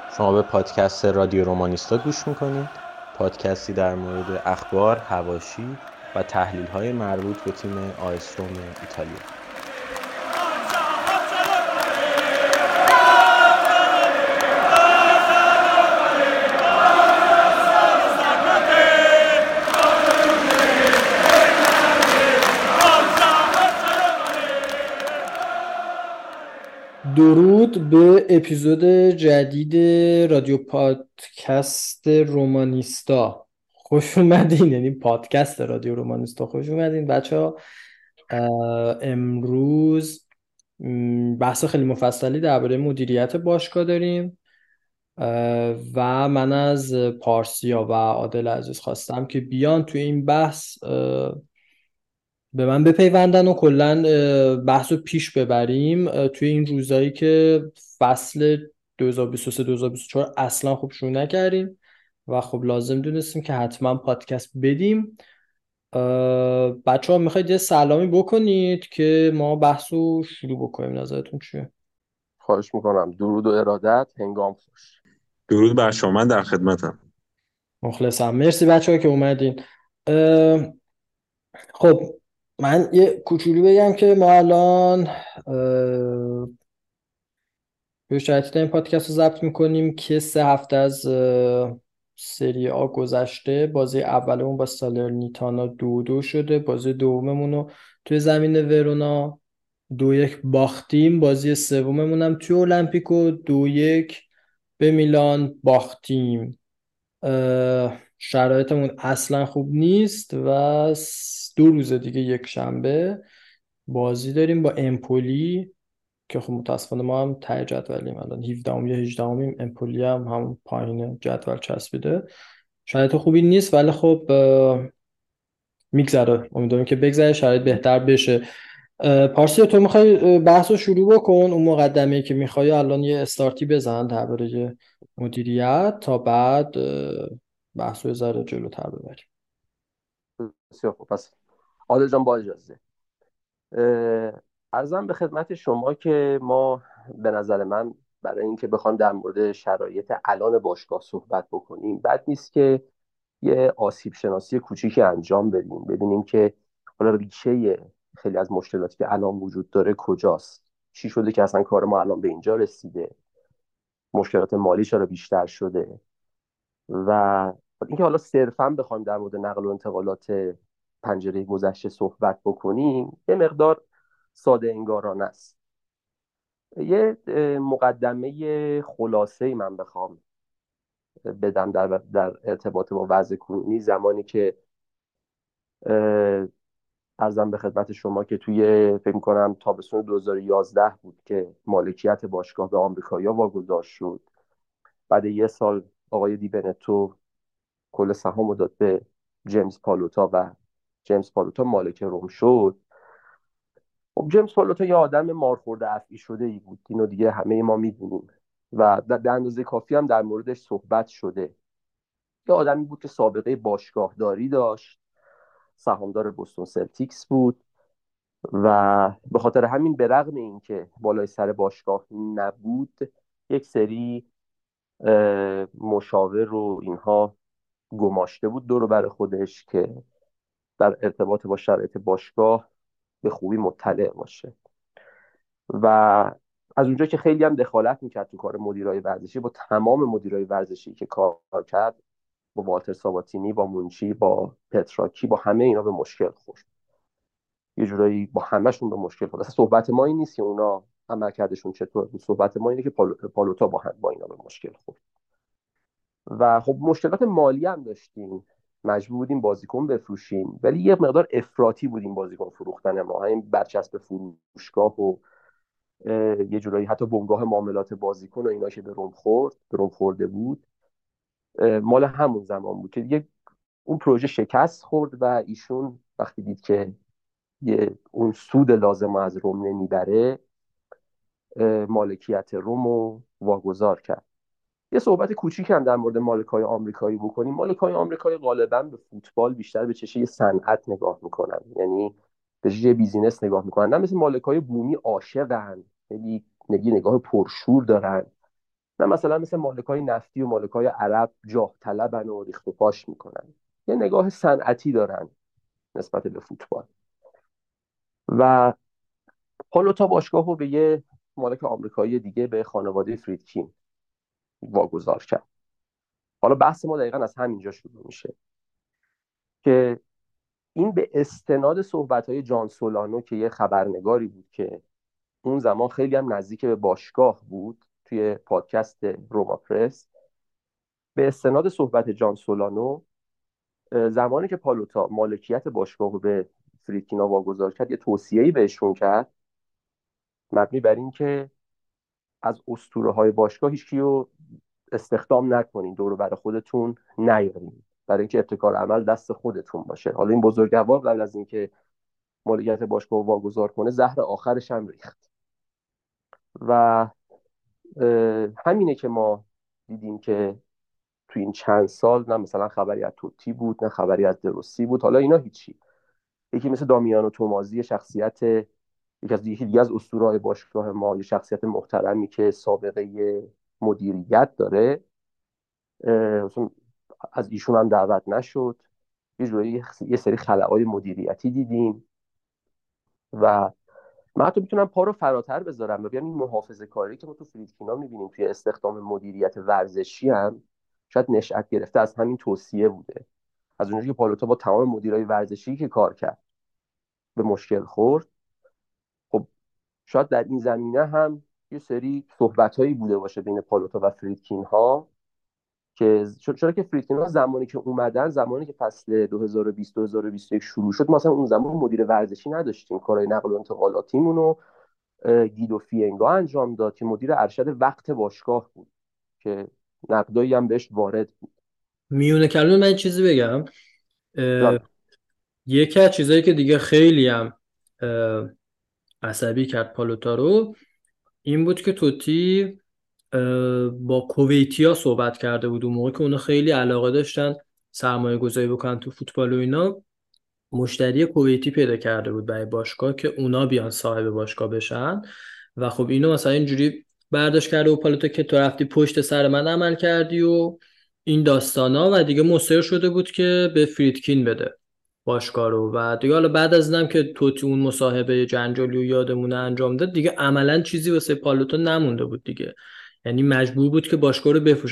شما به پادکست رادیو رومانیستا گوش میکنید. پادکستی در مورد اخبار، حواشی و تحلیل‌های مربوط به تیم آیس روم ایتالیا. درود به اپیزود جدید رادیو پادکست رومانیستا. خوش اومدین، یعنی پادکست رادیو رومانیستا. خوش اومدین بچه ها. امروز بحث خیلی مفصلی درباره مدیریت باشگاه داریم و من از پارسیا و عادل عزیز خواستم که بیان توی این بحث به من بپیوندن و کلا بحث رو پیش ببریم توی این روزایی که فصل 2023-2024 اصلا خوب شروع نکردیم و خب لازم دونستیم که حتما پادکست بدیم. بچه ها میخواید یه سلامی بکنید که ما بحث رو شروع بکنیم، نظرتون چیه؟ خواهش میکنم. درود و ارادت. هنگام خوش. درود بر شما، من در خدمتم. مخلصم، مرسی بچه ها که اومدین. اه، خب من یه کوچولو بگم که ما الان به شرایطی این پادکست رو ضبط میکنیم که 3 هفته از سری آ گذشته. بازی اولمون با سالرنیتانا 2-2 شده. بازی دوممون رو توی زمین ورونا 2-1 باختیم. بازی سوممون هم توی المپیکو 2-1 به میلان باختیم. شرایطمون اصلا خوب نیست و 2 روز دیگه یک شنبه بازی داریم با امپولی که خب متاسفانه ما هم ته جدولیم، الان 17 یا 18 امپولی هم همون پایین جدول چسبیده. شرایط خوبی نیست ولی خب میگذره، امیدواریم که بگذره، شرایط بهتر بشه. پارسی تو میخوای بحث رو شروع بکن، اون مقدمه که میخوای الان یه استارتی بزن درباره مدیریت تا بعد بحث رو یه ذره جلوتر ببریم. بسیار خوب. پس عادل جان با اجازه عرضم به خدمت شما که ما به نظر من برای اینکه بخوام در مورد شرایط الان باشگاه صحبت بکنیم بد نیست که یه آسیب شناسی کوچیکی انجام بدیم، ببینیم که حالا ریشه خیلی از مشکلاتی که الان وجود داره کجاست، چی شده که اصلا کار ما الان به اینجا رسیده، مشکلات مالی چرا بیشتر شده و اینکه حالا صرفا بخوایم در مورد نقل و انتقالات پنجره گذشته صحبت بکنیم یه مقدار ساده انگارانه است. یه مقدمه خلاصه ای من بخوام بدم در ارتباط با وضع کنونی، زمانی که ارزم به خدمت شما که توی فکر می‌کنم تابستون 2011 بود که مالکیت باشگاه به آمریکایی‌ها واگذار شد. بعد یه سال آقای دی بنتو کل سهام رو داد به جیمز پالوتا و جیمز پالوتا مالک روم شد. خب جیمز پالوتا یه آدم مارخورده افعی شده ای بود، اینو دیگه همه ما میدونیم و به اندازه کافی هم در موردش صحبت شده. یه آدمی بود که سابقه باشگاهداری داشت، سهامدار بوستون سلتیکس بود و به خاطر همین به رغم اینکه بالای سر باشگاه نبود یک سری مشاور رو اینها گماشته بود دور و بر خودش که در ارتباط با شرایط باشگاه به خوبی مطلع باشه و از اونجا که خیلی هم دخالت میکرد تو کار مدیرای ورزشی، با تمام مدیرای ورزشی که کار کرد، با والتر ساباتینی، با مونچی، با پتراکی، با همه اینا به مشکل خورد. یه جورایی با همهشون به مشکل خورد. اصلا صحبت ما این نیست که اونا عملکردشون چطور بود، صحبت ما اینه که پالوتا با اینا به مشکل خورد و خب مشکلات مالی هم داشتیم، مجبور بودیم بازیکن بفروشیم، ولی یه مقدار افراطی بودیم بازیکن فروختن ما، همین برچسب فروشگاه و یه جورایی حتی بنگاه معاملات بازیکن و اینا که به روم خورده بود مال همون زمان بود که دیگه اون پروژه شکست خورد و ایشون وقتی دید که اون سود لازم از روم نمیبره مالکیت روم رو واگذار کرد. یه صحبت کوچیک هم در مورد مالکای آمریکایی بکنیم. مالکای آمریکایی غالبا به فوتبال بیشتر به چشه صنعت نگاه میکنن، یعنی به چشه بیزینس نگاه میکنن، نه مثل مالکای بومی عاشقن، خیلی نگاه پرشور دارن نه مثلا مثل مالکای نفتی و مالکای عرب جاه طلبن و ریخت و پاش میکنن، یه نگاه صنعتی دارن نسبت به فوتبال. و پالوتا باشگاه رو به یه مالک آمریکایی دیگه، به خانواده فریدکین واگذار کرد. حالا بحث ما دقیقا از همینجا شروع میشه که این به استناد صحبت‌های جان سولانو که یه خبرنگاری بود که اون زمان خیلی هم نزدیک به باشگاه بود، توی پادکست روما پرس، به استناد صحبت جان سولانو، زمانی که پالوتا مالکیت باشگاه رو به فریدکینا واگذار کرد، یه توصیه‌ای بهشون کرد مبنی بر این که از اسطوره‌های باشگاه هیچ کیو استخدام نکنین، دور و بر خودتون نیارین، برای اینکه ابتکار عمل دست خودتون باشه. حالا این بزرگوار قبل از اینکه مالکیت باشگاه رو واگذار کنه، زهر آخرش هم ریخت. و همینه که ما دیدیم که تو این چند سال نه مثلا خبری از توتی بود، نه خبری از دروسی بود، حالا اینا هیچی. یکی مثل دامیانو تومازی، شخصیت یکی دیگه از اسطوره‌های باشگاه ما، یه شخصیت محترمی که سابقه مدیریت داره، مثلا از ایشون هم دعوت نشد. یه جوری یه سری خلاهای مدیریتی دیدیم. و من حتی میتونم پا رو فراتر بذارم و بیام این محافظه کاری که ما تو فریدکینا میبینیم توی استخدام مدیریت ورزشی هم شاید نشأت گرفته از همین توصیه بوده. از اونجایی که پالوتا با تمام مدیرای ورزشی که کار کرد به مشکل خورد، خب شاید در این زمینه هم یه سری صحبت‌هایی بوده باشه بین پالوتا و فریدکین ها، که چرا که فریدکین ها زمانی که اومدن، زمانی که فصل 2020 2021 شروع شد، ما اصلا اون زمان مدیر ورزشی نداشتیم. کارهای نقل و انتقالاتیمون رو گیدو فینگا انجام داد که مدیر ارشد وقت باشگاه بود که نقدایی هم بهش وارد بود. میونه کلمه من چیزی بگم. جان. یکی از چیزایی که دیگه خیلی هم عصبی کرد پالوتا رو این بود که توتی با کویتیا صحبت کرده بود اون موقع که اونا خیلی علاقه داشتن سرمایه گذاری بکنن تو فوتبال و اینا. مشتری کویتی پیدا کرده بود برای باشگاه که اونا بیان صاحب باشگاه بشن. و خب اینو مثلا اینجوری برداشت کرده و پالوتا که تو رفتی پشت سر من عمل کردی و این داستانا، و دیگه مصر شده بود که به فریدکین بده باشگاه رو. و دیگه حالا بعد از اینم که توتی اون مصاحبه جنجالی و یادمونه انجام داد، دیگه عملا چیزی واسه پالوتا نمونده بود دیگه. یعنی مجبور بود که باشگاه رو بفروشه،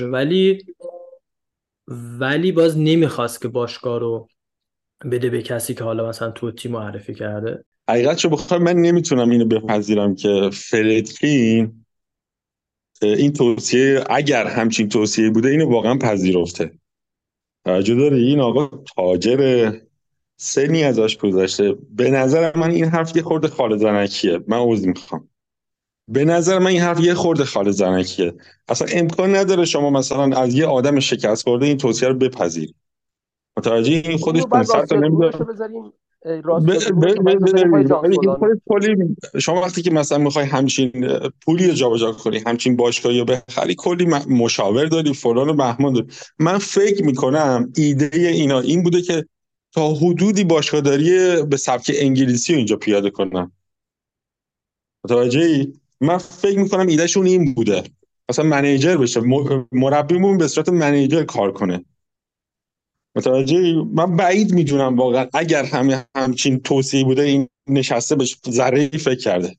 ولی باز نمیخواست که باشگاه رو بده به کسی که حالا مثلا توتی معرفی کرده. حقیقتشو بخوام من نمیتونم اینو بپذیرم که فریدکین این توصیه، اگر همچین توصیه بوده، اینو واقعا پذیرفته. توجه داره این آقا تاجر، سنی ازش گذشته. به نظر من این حرف یه خورده خاله زنکیه. من عذر میخوام، به نظر من این حرف یه خورده خاله زنکیه. اصلا امکان نداره شما مثلا از یه آدم شکست خورده این توصیه رو بپذیری. متوجه این خب خودش اینو بعد 500 تا راستی دروغش رو نمیدونم. بذاریم، راستی دروغش رو بعد بذاریم پای جان این سولانو. کلی، شما وقتی که مثلا میخوای همچین پولی رو جابجا کنی، همچین باشگاهی رو بخری، کلی مشاور داری، فلان و بهمان داری. من فکر میکنم ایده اینا این بوده که تا حدودی باشگاهداری به سبک انگلیسی رو اینجا پیاده کنن. متوجهی؟ من فکر میکنم ایدهشون این بوده، مثلا منیجر بشه، مربیمون به صورت منیجر کار کنه. متوجهی؟ من بعید میدونم واقعا اگر همچین توصیه بوده این نشسته به ذره فکر کرده.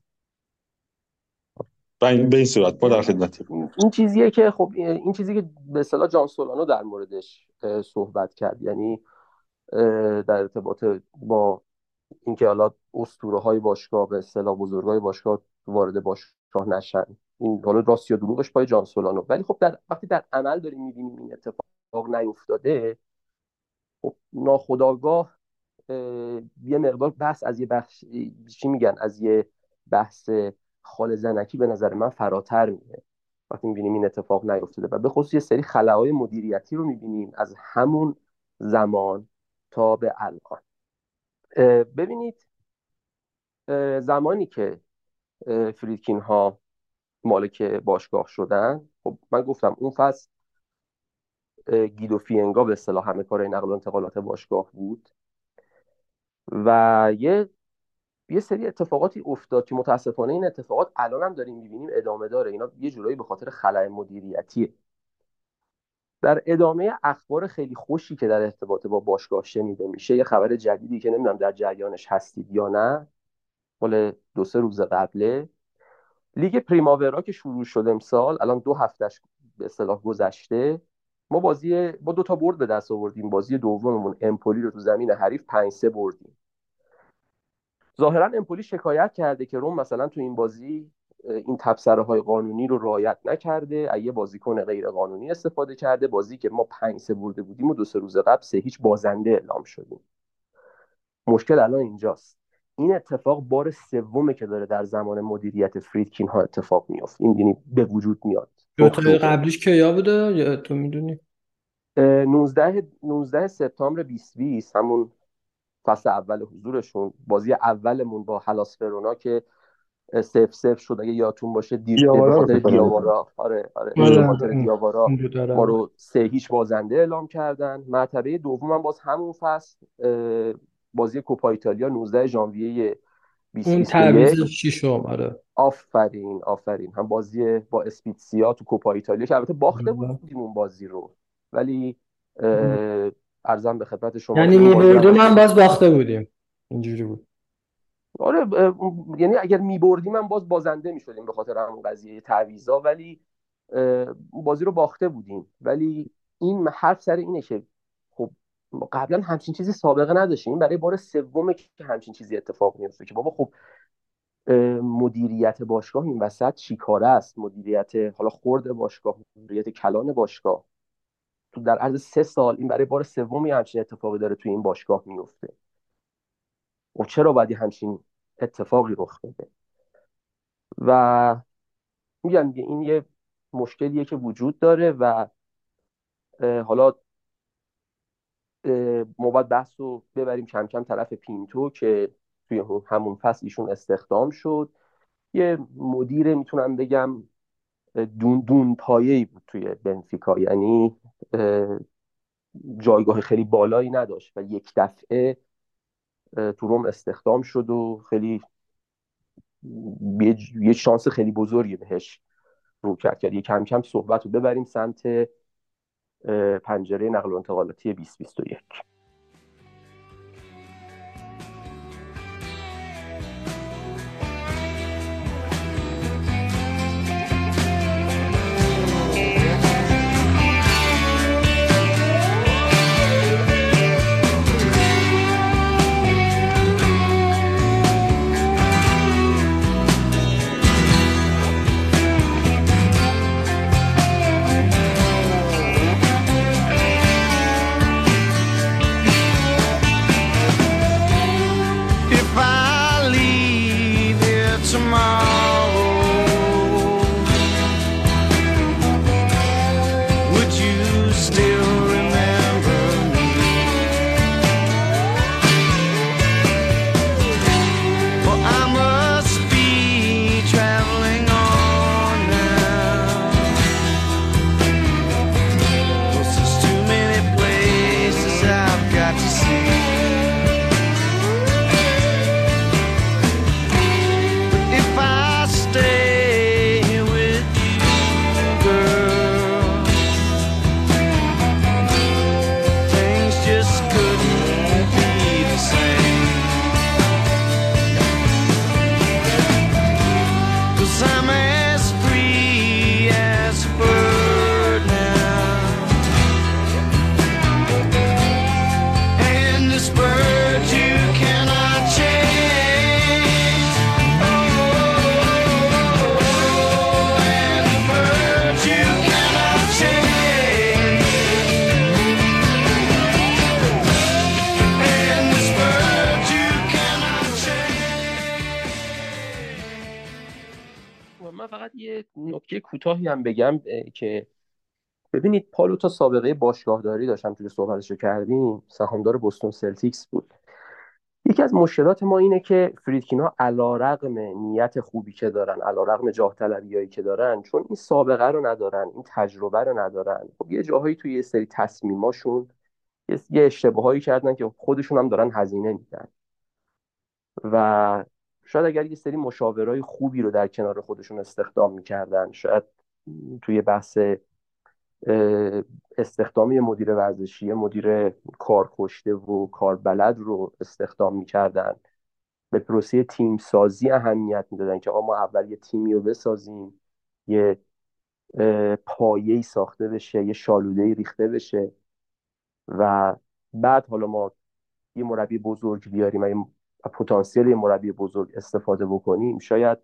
به این صورت ما در خدمتیم. این چیزیه که خب این چیزی که به اصطلاح جان سولانو در موردش صحبت کرد، یعنی در ارتباط با اینکه حالا اسطوره های باشگاه، به اصطلاح بزرگای باشگاه وارد باشگاه نشن. این حالا راست یا دروغش پای جان سولانو، ولی خب وقتی در عمل داریم میبینیم این اتفاق نیفتاده، خب ناخودآگاه یه مقدار بحث از یه بحث، چی میگن، از یه بحث خال زنکی به نظر من فراتر میره وقتی میبینیم این اتفاق نیفتاده. و به خصوص یه سری خلاهای مدیریتی رو میبینیم از همون زمان تا به الان. ببینید، زمانی که فریدکین ها مالک باشگاه شدن، خب من گفتم اون فصل گیدو فینگا به اصطلاح همه کار نقل و انتقالات باشگاه بود و یه یه سری اتفاقاتی افتاد که متاسفانه این اتفاقات الان هم داریم میبینیم ادامه داره. اینا یه جورایی به خاطر خلأ مدیریتیه. در ادامه اخبار خیلی خوشی که در ارتباط با باشگاه شنیده میشه، یه خبر جدیدی که نمیدونم در جریانش هستید یا نه، مال 2-3 روز قبله، لیگ پریماورا که شروع شد امسال، الان 2 هفتهش به اصطلاح گذشته، ما با 2 تا برد به دست آوردیم. بازی دوممون امپولی رو تو زمین حریف 5-3 بردیم. ظاهرا امپولی شکایت کرده که روم مثلا تو این بازی این تبصره های قانونی رو رعایت نکرده، یه بازیکن غیر قانونی استفاده کرده. بازی که ما 5-3 برده بودیم و 2-3 روز قبل 3-0 بازنده اعلام شدیم. مشکل الان اینجاست. این اتفاق بار سومه که داره در زمان مدیریت فریدکین ها اتفاق میفته. این یعنی به وجود میاد. دو تا قبلیش کیا بوده یا تو میدونی؟ 19 سپتامبر 2020، همون فصل اول حضورشون، بازی اولمون با هلاس ورونا که 0-0 شد، اگه یادتون باشه، به دیاورا رو خاطر فکر کنم می‌کنه. دیاوارا. آره به آره خاطر دیاوارا اون بود ما آره. رو 3-0 بازنده اعلام کردن. مرتبه دوم هم باز همون فصل، بازی کوپا ایتالیا 19 ژانویه اون تعویض 2021. شیشم آره. آفرین. هم بازی با اسپیتسیا تو کوپا ایتالیا که البته باخته بودیم اون بازی رو، ولی ارزم به خدمت شما یعنی که اون بازی میبردیم هم هم باز باخته بودیم، اینجوری بود. آره یعنی اگر میبردیم هم باز بازنده میشدیم به خاطر همون قضیه تعویضا، ولی بازی رو باخته بودیم. ولی این حرف سر اینه که خب ما قبلا همچین چیزی سابقه نداشتیم. این برای بار سومه که همچین چیزی اتفاق میفته که بابا خب مدیریت باشگاه این وسط چیکاره است؟ مدیریت حالا خرد باشگاه، مدیریت کلان باشگاه، تو در عرض 3 سال این برای بار سومی همچین اتفاقی داره توی این باشگاه میفته. و چرا باید همچین اتفاقی رخ بده؟ و میگم این یه مشکلیه که وجود داره و حالا ما باید بحث رو ببریم کم کم طرف پینتو که توی همون فصل ایشون استخدام شد. یه مدیر میتونم بگم دون پایه‌ای بود توی بنفیکا، یعنی جایگاه خیلی بالایی نداشت و یک دفعه تو روم استخدام شد و خیلی یه شانس خیلی بزرگی بهش رو کرد. یه کم کم صحبت رو ببریم سمت پنجره نقل و انتقالاتی 2021. من فقط یه نکته کوتاهی هم بگم که ببینید، پالو تا سابقه باشگاهداری داشتم توی صحبتشو کردیم، سهامدار بوستون سلتیکس بود. یکی از مشکلات ما اینه که فریدکین‌ها علیرغم نیت خوبی که دارن، علیرغم جاه طلبیایی که دارن، چون این سابقه رو ندارن، این تجربه رو ندارن، خب یه جاهایی توی یه سری تصمیماشون یه اشتباهایی کردن که خودشون هم دارن هزینه میدن. و شاید اگر یه سری مشاورای خوبی رو در کنار خودشون استخدام میکردن، شاید توی بحث استخدامی مدیر ورزشی، مدیر کارکشته و کاربلد رو استخدام میکردن، به پروسه تیم سازی اهمیت میدادن که آقا ما اول یه تیمی رو بسازیم، یه پایه‌ای ساخته بشه، یه شالوده‌ای ریخته بشه و بعد حالا ما یه مربی بزرگ بیاریم و پتانسیل یه مربی بزرگ استفاده بکنیم، شاید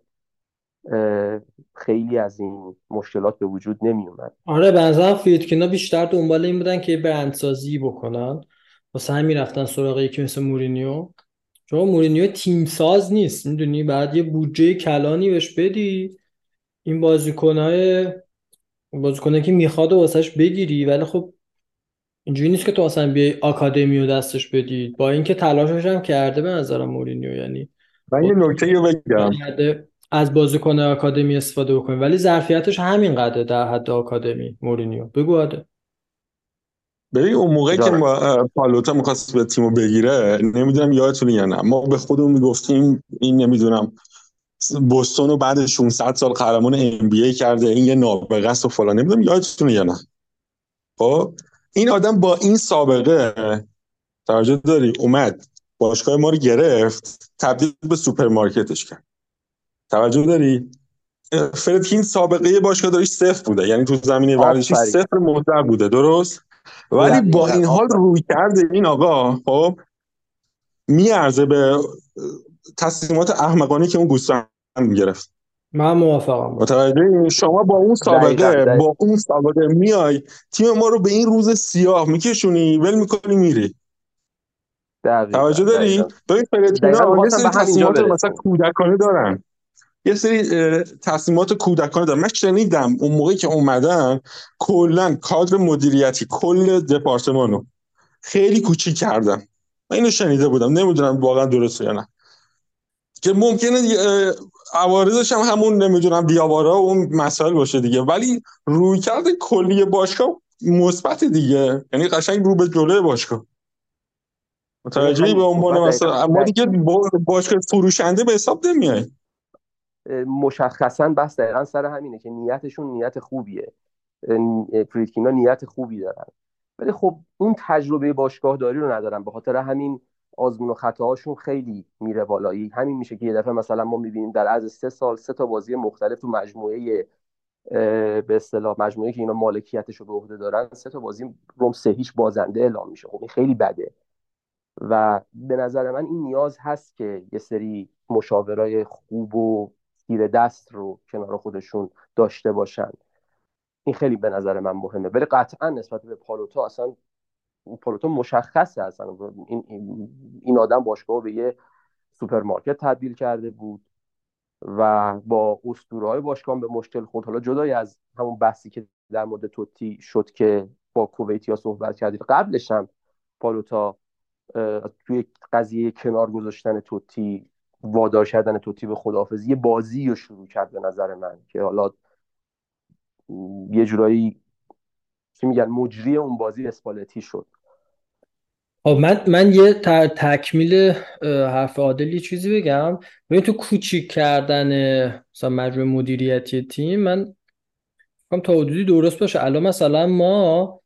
خیلی از این مشکلات به وجود نمی اومد. آره به نظرم فریدکینا بیشتر دنبال این بودن که برندسازی بکنن، واسه همین رفتن سراغ یکی مثل مورینیو، چون مورینیو تیم ساز نیست، میدونی، بعد یه بودجه کلانی بهش بدی، این بازیکنه که میخواد و واسش بگیری، ولی خب اینجوری نیست که تو اصلا بیای آکادمی رو دستش بدی، با اینکه تلاشش هم کرده به نظرم مورینیو، یعنی من یه نکته رو بگم. کرده از بازیکن آکادمی استفاده بکنه، ولی ظرفیتش همین قدره در حد آکادمی. مورینیو بگو عادل. ببین اون موقعی که جان پالوتا میخواست به تیمو بگیره، نمیدونم یادتونه یا نه، ما به خودمون میگفتیم این نمیدونم بوستون رو بعد 600 سال قهرمان ام بی ای کرده، این یه نابغه است و فلان، نمیدونم یادتونه یا نه. خب این آدم با این سابقه، توجه داری، اومد باشگاه ما رو گرفت، تبدیل به سوپرمارکتش کرد. توجه داری؟ فردکین سابقه باشگاه داریش صفر بوده، یعنی تو زمینه ورزشی آفرین، صفر مطلق بوده، درست؟ ولی با دقیقاً این حال آفرین. روی کرده این آقا خب میارزه به تصمیمات احمقانه که اون گوسفند میگرفت. من موافقم با متوجه؟ شما با اون دقیقاً سابقه میای تیم ما رو به این روز سیاه میکشونی، ول میکنی میری. دقیقاً توجه داری؟ دقیقاً ببین دقیقاً فردکینا یه میخواستم سری به همینجا تصمیمات مثلا برسیم. کودکانه دارن، یه سری تصمیمات کودکانه دارن. من شنیدم اون موقعی که اومدن کلا کادر مدیریتی کل دپارتمانو خیلی کوچیک کردن. من اینو شنیده بودم، نمیدونم واقعا درسته یا نه، که ممکنه عوارضش هم همون نمیدونم دیاوارا و اون مسائل باشه دیگه، ولی روی کرده کلی باشگاه مثبت دیگه، یعنی قشنگ رو به جلوی باشگاه. ببین متوجهی؟ به همین خوب، عنوان من مثلا اما دیگه باشگاه فروشنده به حساب نمیای. مشخصا بس دقیقا سر همینه که نیتشون نیت خوبیه، فریدکینا نیت خوبی دارن، ولی خب اون تجربه باشگاه داری رو ندارن، به خاطر همین آزمون و خطاهاشون خیلی میره بالایی. همین میشه که یه دفعه مثلا ما میبینیم در عرض 3 سال 3 تا بازی مختلف تو مجموعه به اصطلاح مجموعه که اینا مالکیتش رو به عهده دارن، 3 تا بازی روم 3-0 بازنده اعلام میشه. خب این خیلی بده و به نظر من این نیاز هست که یه سری مشاورای خوب و تیر دست رو کنار خودشون داشته باشن. این خیلی به نظر من مهمه، ولی قطعا نسبت به پالوتا، اصلا پالوتا مشخصه اصلا این آدم باشگاه به یه سوپرمارکت تبدیل کرده بود و با اسطوره‌های باشگاه به مشکل خورد. حالا جدای از همون بحثی که در مورد توتی شد که با کویتیا صحبت کردید، قبلش هم پالوتا توی قضیه کنار گذاشتن توتی، وادار کردن توتی به خداحافظی، یه بازی رو شروع کرد به نظر من که حالا یه جورایی چی میگن مجری اون بازی اسپالتی شد. خب من یه تکمیل حرف عادل یه چیزی بگم. ببین تو کوچیک کردن مثلا مجموعه مدیریتی تیم، من فکرم تا حدودی درست باشه. الان مثلا ما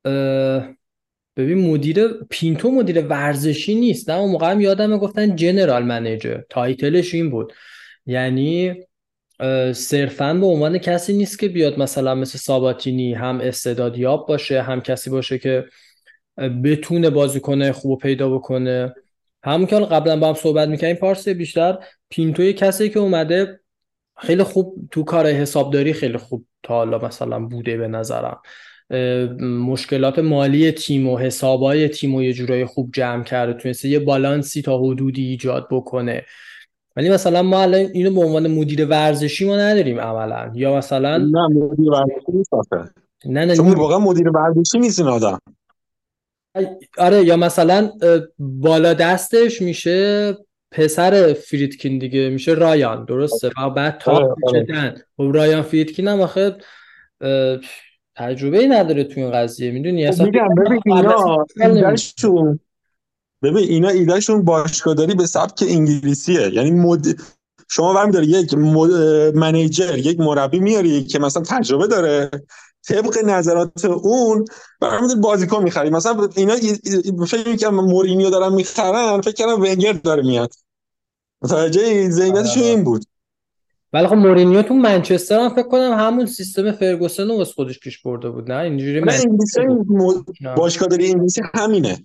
ببین پینتو مدیر ورزشی نیست، نه اون موقع هم یادمه گفتن جنرال منیجر، تایتلش این بود، یعنی صرفا به عنوان کسی نیست که بیاد مثلا مثل ساباتینی هم استعدادیاب باشه، هم کسی باشه که بتونه بازیکن خوب پیدا بکنه. همون که قبلا با هم صحبت میکنیم پارسه، بیشتر پینتو کسی که اومده خیلی خوب تو کار حسابداری خیلی خوب تا حالا مثلا بوده به نظرم، مشکلات مالی تیم و حسابای تیم و یه جورای خوب جمع کرده، تونسته یه بالانسی تا حدودی ایجاد بکنه. ولی مثلا ما الان اینو به عنوان مدیر ورزشی ما نداریم عملا، یا مثلا نه مدیر ورزشی نیست آخه، نه چون واقعا مدیر ورزشی نیست این آدم. آره، یا مثلا بالا دستش میشه پسر فریدکین دیگه، میشه رایان، درسته، و بعد تاپ میشه آره. دن. خب رایان فریدکین هم آخه تجربه ای نداره تو این قضیه، میدونی خب اصلا فکر میگم کنم ببین قبل از اینا 20 سال نمی‌دونم. ایدهشون باشگاهداری به سبک انگلیسیه، یعنی شما برمی‌داری یک منیجر، یک مربی میاری که مثلا تجربه داره، طبق نظرات اون برمی‌داری بازیکن می‌خری. مثلا اینا فکر می‌کنم مورینیو دارن می‌خرن، فکر کنم ونگر داره میاد. متوجه ذهنیتشون این بود. ولی خب مورینیو تو منچستر هم فکر کنم همون سیستم فرگوسن رو واسه خودش پیش برده بود، نه اینجوری نه انگلیسی بود. باشگاهداری انگلیسی همینه.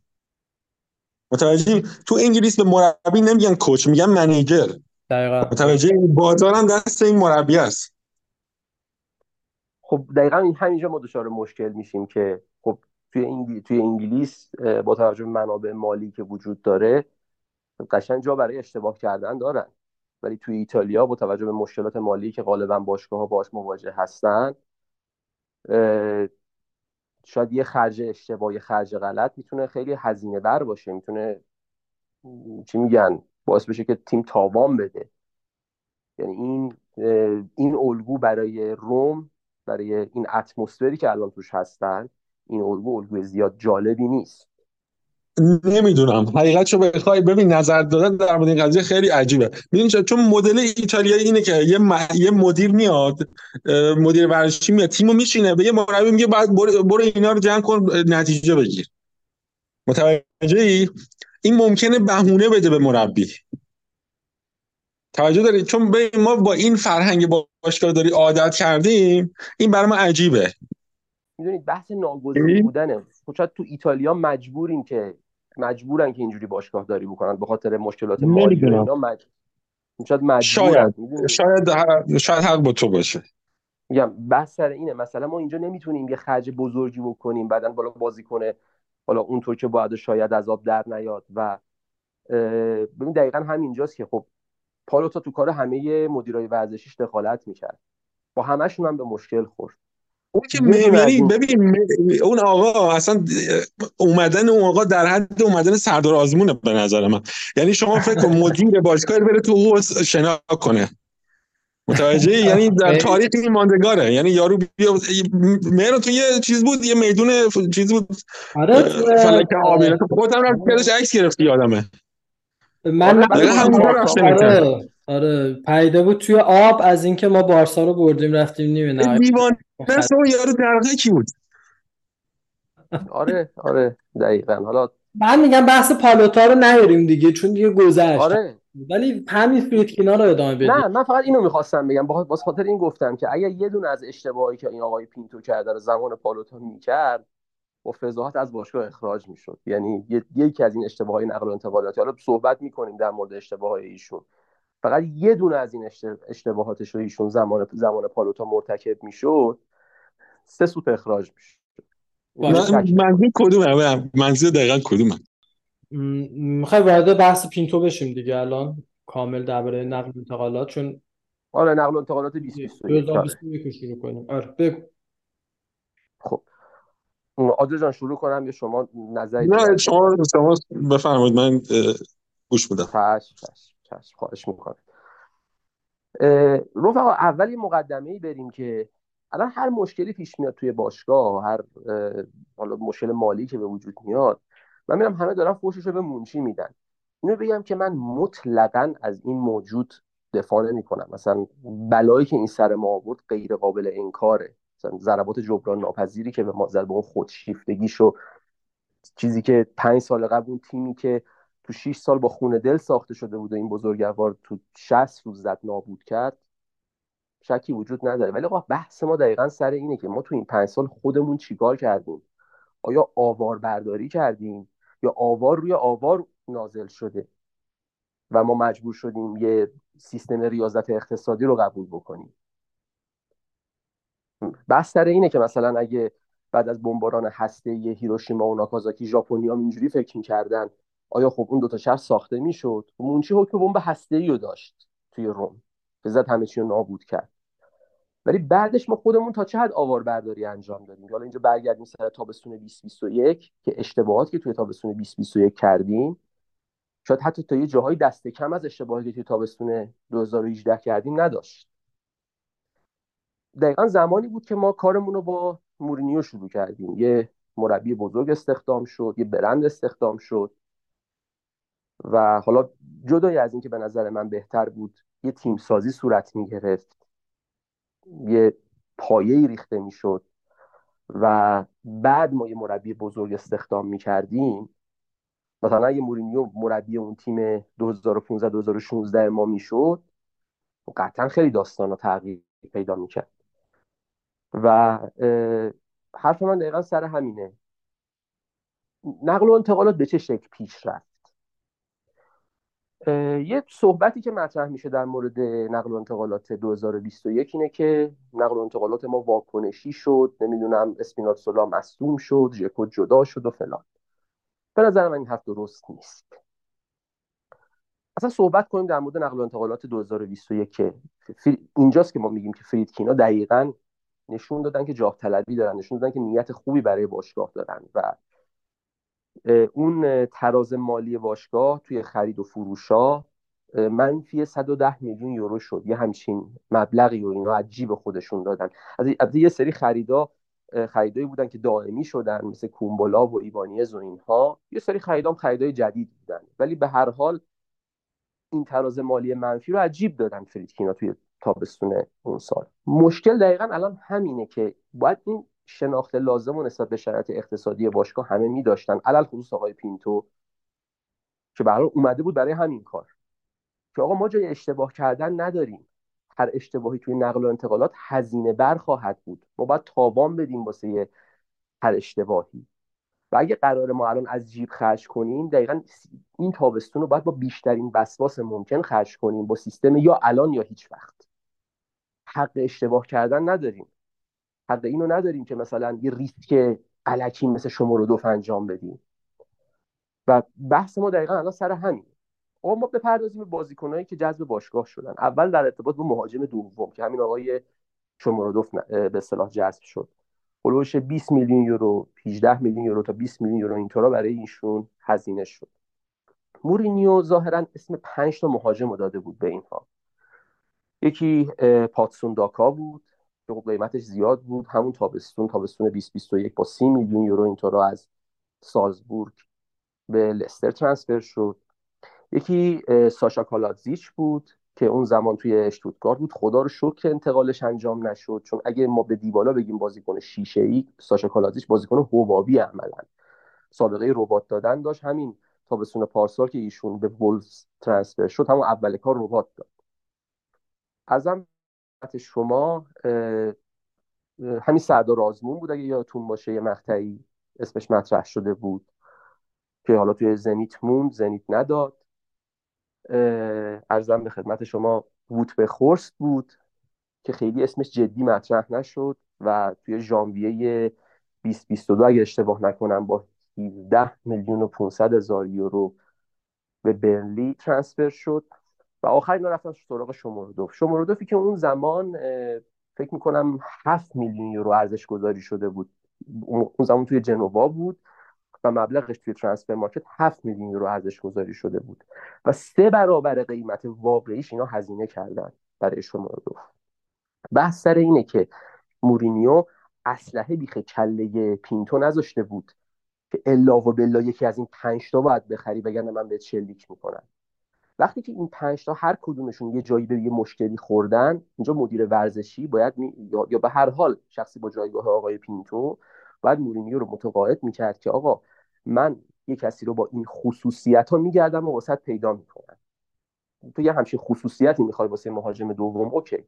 متوجه تو انگلیس به مربی نمیگن کوچ، میگن منیجر. دقیقاً. متوجه بازارم دست این مربی است. خب دقیقا همینجا ما دچار مشکل میشیم که خب توی انگلیس با توجه به منابع مالی که وجود داره قشنگ جا برای اشتباه کردن دارن، ولی توی ایتالیا با توجه به مشکلات مالی که غالبا باشگاه‌ها باهاش مواجه هستن، شاید یه خرج اشتباه، یه خرج غلط میتونه خیلی هزینه بر باشه، میتونه چی میگن باعث بشه که تیم تاوان بده. یعنی این الگو برای روم، برای این اتمسفری که الان توش هستن، این الگوی زیاد جالبی نیست. نمیدونم حقیقتشو بخوای ببین، نظر دادن در مورد این قضیه خیلی عجیبه. میدونی چون مدل ایتالیایی اینه که یه مدیر میاد، مدیر ورزشی میاد تیمو میشینه به یه مربی میگه بعد برو اینا رو جمع کن نتیجه بگیر. متوجهی؟ این ممکنه بهونه بده به مربی. توجه دارید؟ چون ما با این فرهنگ باشگاه داری عادت کردیم، این برای ما عجیبه. میدونید بحث ناگزیر بودنه. شاید تو ایتالیا مجبورن که اینجوری باشگاه داری بکنن به خاطر مشکلات مالی و نمیدونم، اینا، شاید مجبورن. شاید حق با تو باشه. میگم بحث سر اینه، مثلا ما اینجا نمیتونیم یه خرج بزرگی بکنیم بعدن بالا بازی کنه حالا اونطور که باید شاید از آب در نیاد. و ببین دقیقا همینجاست که خب پالوتا تو کار همه مدیرای ورزشیش دخالت میکرد، با همشون هم به مشکل خورد. اون که یه دونه از یعنی این ببین اون آقا اصلا اومدن اون آقا در حد اومدن سردار آزمونه به نظر من. یعنی شما فکر کن مدیر باشگاه بره تو حوض شنا کنه. متوجه؟ یعنی در تاریخ این ماندگاره. یعنی یارو بیا مهرو تو یه چیز بود، یه میدون چیز بود، فلک آبی تو خودت هم رفت عکس گرفتی آدمه. من بعد همونجا رفته میکنه. آره پیدا بود توی آب از اینکه ما بارسا رو بردیم رفتیم نیمه نهایی. دیوانه است اون یارو درقکی بود. آره دقیقاً. حالا من میگم بحث پالوتا رو نیاریم دیگه چون دیگه گذشت. آره ولی همین فریدکینا رو ادامه بدیم. نه، من فقط اینو میخواستم بگم، باز خاطر این گفتم که اگر یه دونه از اشتباهی که این آقای پینتو کرده رو زمان پالوتا میکرد با فضاحت از باشگاه اخراج میشد. یعنی یکی از این اشتباههای نقل و انتقالاتی، حالا صحبت میکنیم در مورد اشتباههای ایشون، فقط یه دونه از این اشتباهاتش رو ایشون زمان پالوتا مرتکب میشد، 3 سوت اخراج میشد. منظور کدومه؟ منظور دقیقا کدومه؟ میخوای وارد بحث پینتو بشیم دیگه الان کامل درباره نقل و انتقالات، چون آره نقل و انتقالات 2021 2021 رو شروع کنیم. آره بگو. خب عادل جان شروع کنم یا شما نظری نه دارید؟ شما بفرمایید، من گوش میدم. چشم خواهش میکنم. رفقا اول یه مقدمه‌ای بریم که الان هر مشکلی پیش میاد توی باشگاه، هر حالا مشکل مالی که به وجود میاد، من میرم همه دارن فوشش رو به منشی میدن. اینو بگم که من مطلقاً از این موجود دفاع نمی کنم. مثلا بلایی که این سر ما آورد غیر قابل انکاره، مثلا ضربات جبران ناپذیری که به ما زد، با اون خودشیفتگیشو، چیزی که 5 سال قبل اون تیمی که تو 6 سال با خون دل ساخته شده بود و این بزرگوار تو 60 روز زد نابود کرد، شکی وجود نداره. ولی بحث ما دقیقا سر اینه که ما تو این 5 سال خودمون چیکار کردیم. آیا آوار برداری کردیم یا آوار روی آوار نازل شده و ما مجبور شدیم یه سیستم ریاضت اقتصادی رو قبول بکنیم؟ بحث سر اینه که مثلا اگه بعد از بمباران هسته‌ای هیروشیما و ناکازاکی ژاپنی‌ها اینجوری فکر می‌کردن آیا خب اون 2 تا شهر ساخته میشد؟ مونچی حکم بمب هسته‌ای رو داشت توی روم که زد همه چی رو نابود کرد. ولی بعدش ما خودمون تا چه حد آوار برداری انجام دادیم. حالا اینجا برگردیم سر تابستون 2021 که اشتباهاتی که توی تابستون 2021 کردیم شاید حتی تا یه جاهای دست کم از اشتباهاتی که توی تابستون 2018 کردیم نداشت. دقیقا زمانی بود که ما کارمون رو با مورینیو شروع کردیم. یه مربی بزرگ استخدام شد، یه برند استخدام شد و حالا جدای از این که به نظر من بهتر بود یه تیم سازی صورت میگرفت، یه پایه‌ای ریخته میشد و بعد ما یه مربی بزرگ استخدام میکردیم. مثلا اگه مورینیو مربی اون تیم 2015 2016 ما میشد، قطعا خیلی داستانا تغییر پیدا میکرد. و حرف من دقیقا سر همینه. نقل و انتقالات به چه شکل پیش رفت؟ یه صحبتی که مطرح میشه در مورد نقل و انتقالات 2021 اینه که نقل و انتقالات ما واکنشی شد، نمیدونم اسپیناتزولا مصدوم شد، ژکو جدا شد و فلان. به نظر من این حرف درست نیست. اصلا صحبت کنیم در مورد نقل و انتقالات 2021 که اینجاست که ما میگیم که فریدکینا دقیقاً نشون دادن که جاه طلبی دارن، نشون دادن که نیت خوبی برای باشگاه دارن و اون تراز مالی باشگاه توی خرید و فروشا منفی 110 میلیون یورو شد. یه همچین مبلغی و اینا عجیب خودشون دادن. از یه سری خریدایی بودن که دائمی شدن، مثل کومبولا و ایبانیز و اینها. یه سری خریدای جدید بودن، ولی به هر حال این تراز مالی منفی رو عجیب دادن فریدکینا توی تابستون اون سال. مشکل دقیقاً الان همینه که باید این شناخت لازم و نسبت به شرایط اقتصادی باشگاه همه می‌داشتن، علل خصوص آقای پینتو که برای اومده بود برای همین کار، که آقا ما جای اشتباه کردن نداریم. هر اشتباهی توی نقل و انتقالات هزینه بر خواهد بود. ما باید تاوان بدیم واسه هر اشتباهی. و اگه قرار ما الان از جیب خرج کنیم، دقیقاً این تابستون رو باید با بیشترین وسواس ممکن خرج کنیم، با سیستم یا الان یا هیچ وقت. حق اشتباه کردن نداریم. حق اینو نداریم که مثلا یه ریسک الکی مثل شماره 2 انجام بدیم. و بحث ما دقیقاً الان سر همین. آقا ما بپردازیم به بازیکنایی که جذب باشگاه شدن. اول در ارتباط با مهاجم دوم که همین آقای شمرودوف به اصطلاح جذب شد، هولوش 20 میلیون یورو، 18 میلیون یورو تا 20 میلیون یورو اینطورا برای ایشون هزینه شد. مورینیو ظاهرا اسم 5 تا مهاجم رو داده بود به اینها. یکی پاتسون داکا بود که قیمتش زیاد بود، همون تابستون 2021 با 30 میلیون یورو اینطورا از سالزبورگ به لستر ترانسفر شد. یکی ساشا کالاتزیچ بود که اون زمان توی اشتوتگارت بود. خدا رو شکر که انتقالش انجام نشد، چون اگه ما به دیبالا بگیم بازیکن شیشه‌ای، ساشا کالاتزیچ بازیکن حبابی عملاً سابقه ربات دادن داشت. همین تابستون پارسال که ایشون به وولز ترانسفر شد، همون اول کار ربات داد. ازم شما همین سردار آزمون بود اگه یادتون باشه، یه مقطعی اسمش مطرح شده بود که حالا توی زنیت موند، زنیت نداد. عرضم به خدمت شما ووت به خورست بود که خیلی اسمش جدی مطرح نشد و توی ژانویه 2022 اگه اشتباه نکنم با 17 میلیون و 500 هزار یورو به برنلی ترانسفر شد و آخر اینا رفتن سراغ شمرودوفی که اون زمان فکر میکنم 7 میلیون یورو ارزش گذاری شده بود. اون زمان توی جنوا بود و مبلغش توی ترانسفر مارکت 7 میلیون یورو ارزش گذاری شده بود و 3 برابر قیمت واقعیش اینا هزینه کردن برای شمرودوف. بحث سر اینه که مورینیو اسلحه بیخ کله پینتو نذاشته بود که الا و بلا یکی از این 5 تا باید بخری وگرنه من بهت شلیک میکنم. وقتی که این 5 تا هر کدومشون یه جایی به یه مشکلی خوردن، اینجا مدیر ورزشی باید یا به هر حال شخصی با جایگاه آقای پینتو باید مورینیو رو متقاعد میکرد که آقا من یه کسی رو با این خصوصیت ها میگردم و واسط پیدا میکنم. تو یه همچین خصوصیتی میخوای واسه مهاجم دوم، اوکی.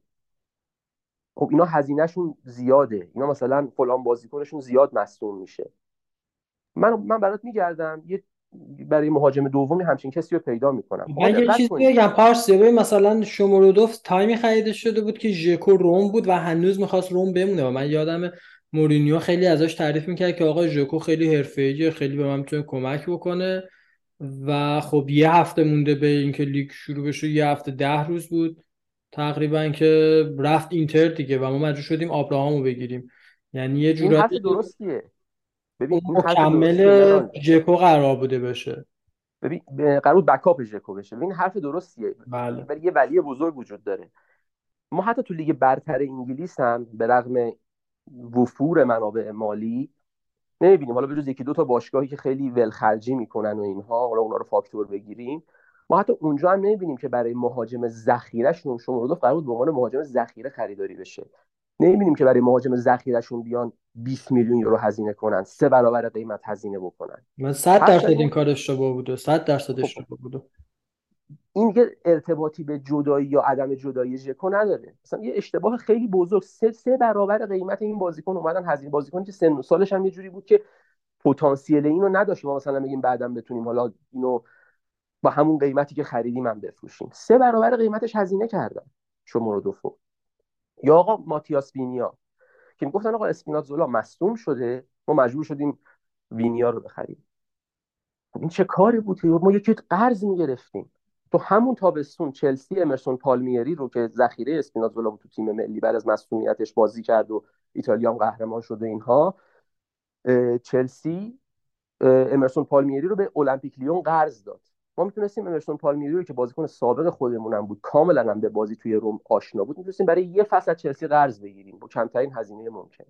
خب اینا هزینهشون زیاده، اینا مثلا فلان بازیکنشون زیاد مصدوم میشه، من برات میگردم یه برای مهاجم دومی همچین کسی رو پیدا میکنم. آقا من یه دقت چیزی کنید. بگم پارسا، ببین مثلا شمرودوف تایمی خریده شده بود که ژکو روم بود و هنوز میخواست روم بمونه و من یادم مورینیو خیلی ازش تعریف میکرد که آقا ژکو خیلی حرفه‌ایه، خیلی به من میتونه کمک بکنه. و خب یه هفته مونده به اینکه لیگ شروع بشه، یه هفته 10 روز بود تقریبا که رفت اینتر دیگه و ما مجبور شدیم آبراهامو بگیریم. یعنی یه این حرف جورایی درستیه. اون ببین این حرف درستیه مکمل مهران. ژکو قرار بوده بشه. ببین قرار بود بکاپ ژکو بشه. ببین حرف درستیه، بله. ولی یه ولی بزرگ وجود داره. ما حتی تو لیگ برتر انگلیس هم به رغم وفور منابع مالی نمیبینیم، حالا به جز یکی دو تا باشگاهی که خیلی ولخرجی میکنن و اینها، حالا اونا رو فاکتور بگیریم، ما حتی اونجا هم نمیبینیم که برای مهاجم ذخیرهشون شمرودوف قرار بود به عنوان مهاجم ذخیره خریداری بشه. نمیبینیم که برای مهاجم ذخیرهشون بیان 20 میلیون یورو هزینه کنن، 3 برابر قیمت هزینه بکنن. من حرف 100% این زدیم. کار اشتباه بوده، 100% خب اشتباه بوده. این دیگه ارتباطی به جدایی یا عدم جدایی ژکو نداره، مثلا یه اشتباه خیلی بزرگ. 3 برابر قیمت این بازیکن اومدن هزینه، بازیکنی که سن و سالش هم یه جوری بود که پتانسیل اینو نداشت ما مثلا بگیم بعداً بتونیم حالا اینو با همون قیمتی که خریدیم هم بفروشیم. 3 برابر قیمتش هزینه کردن شمرودوفو. یا آقا ماتیاس وینیا که میگفتن آقا اسپیناتزولا مصدوم شده، ما مجبور شدیم وینیا رو بخریم. این چه کاری بود که ما یکی قرض میگرفتیم؟ تو همون تابستون چلسی امرسون پالمیری رو که ذخیره اسپیناتزولا بود تو تیم ملی بعد از مصدومیتش بازی کرد و ایتالیا هم قهرمان شده اینها، چلسی امرسون پالمیری رو به المپیک لیون قرض داد. ما میتونستیم امرسون پالمیری رو که بازیکن سابق خودمونم بود، کاملا هم به بازی توی روم آشنا بود، میتونستیم برای یه فصل از چلسی قرض بگیریم با کمترین هزینه ممکن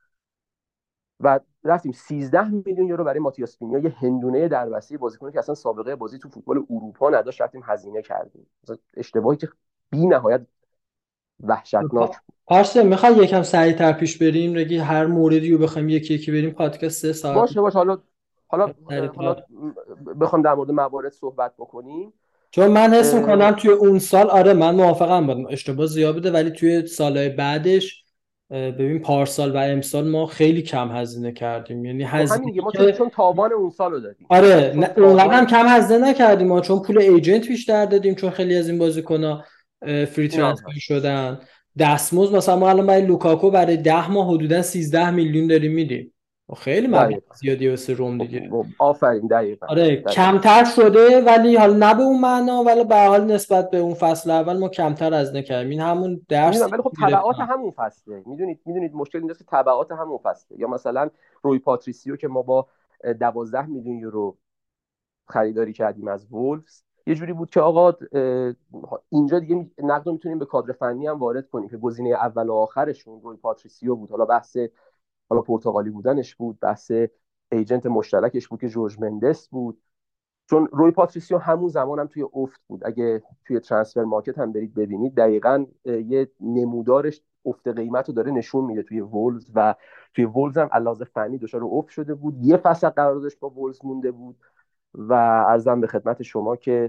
و رفتیم 13 میلیون یورو برای ماتیاس وینیا، یه هندونه دربسته بازیکنی که اصلا سابقه بازی تو فوتبال اروپا نداشت، رفتیم هزینه کردیم. اشتباهی که بی نهایت وحشتناک بود. پارسه میخوای یکم سریعتر پیش بریم، رگی هر موردی رو بخوایم یکی یکی بریم پادکست 3 ساعت باشه حالا سریعتر. بخوام در مورد موارد صحبت بکنیم. چون من حس میکنم توی اون سال، آره من موافقم با اشتباه زیاد بوده، ولی توی سالهای بعدش ببین پارسال و امسال ما خیلی کم هزینه کردیم، یعنی خب همین هزینه دیگه، ما که چون تاوان اون سالو دادیم. آره چون اونقدر هم تاوان کم هزینه نکردیم ما، چون پول ایجنت بیشتر دادیم، چون خیلی از این بازیکن‌ها فری این هم ترانسفر هست. شدن. دستمزد مثلا ما الان برای لوکاکو برای 10 ماه حدودا 13 میلیون داریم میدیم، خیلی مبلغ دقیقاً. زیادی واسه روم دیگه. آفرین، دقیقاً. آره کمتر شده، ولی حالا نه به اون معنا، ولی به هر حال نسبت به اون فصل اول ما کمتر هزینه کردیم. این همون درسی میدونم، ولی خب گرفتم. تبعات همون فصله. میدونید مشکل اینجاست که تبعات همون فصله. یا مثلا روی پاتریسیو که ما با 12 میلیون یورو خریداری کردیم از وولفز، یه جوری بود که آقا اینجا دیگه نقد رو میتونیم به کادر فنی هم وارد کنیم که گزینه اول و آخرشون روی پاتریسیو بود. حالا بحث پرتغالی بودنش بود، بحث ایجنت مشترکش بود که جورج مندس بود، چون روی پاتریسیو همون زمان هم توی افت بود. اگه توی ترانسفر مارکت هم برید ببینید دقیقاً یه نمودارش افت قیمت رو داره نشون میده توی وولز، و توی وولز هم علاوه فنی دچار افت شده بود. یه فصل قراردادش با وولز مونده بود و عرضم به خدمت شما که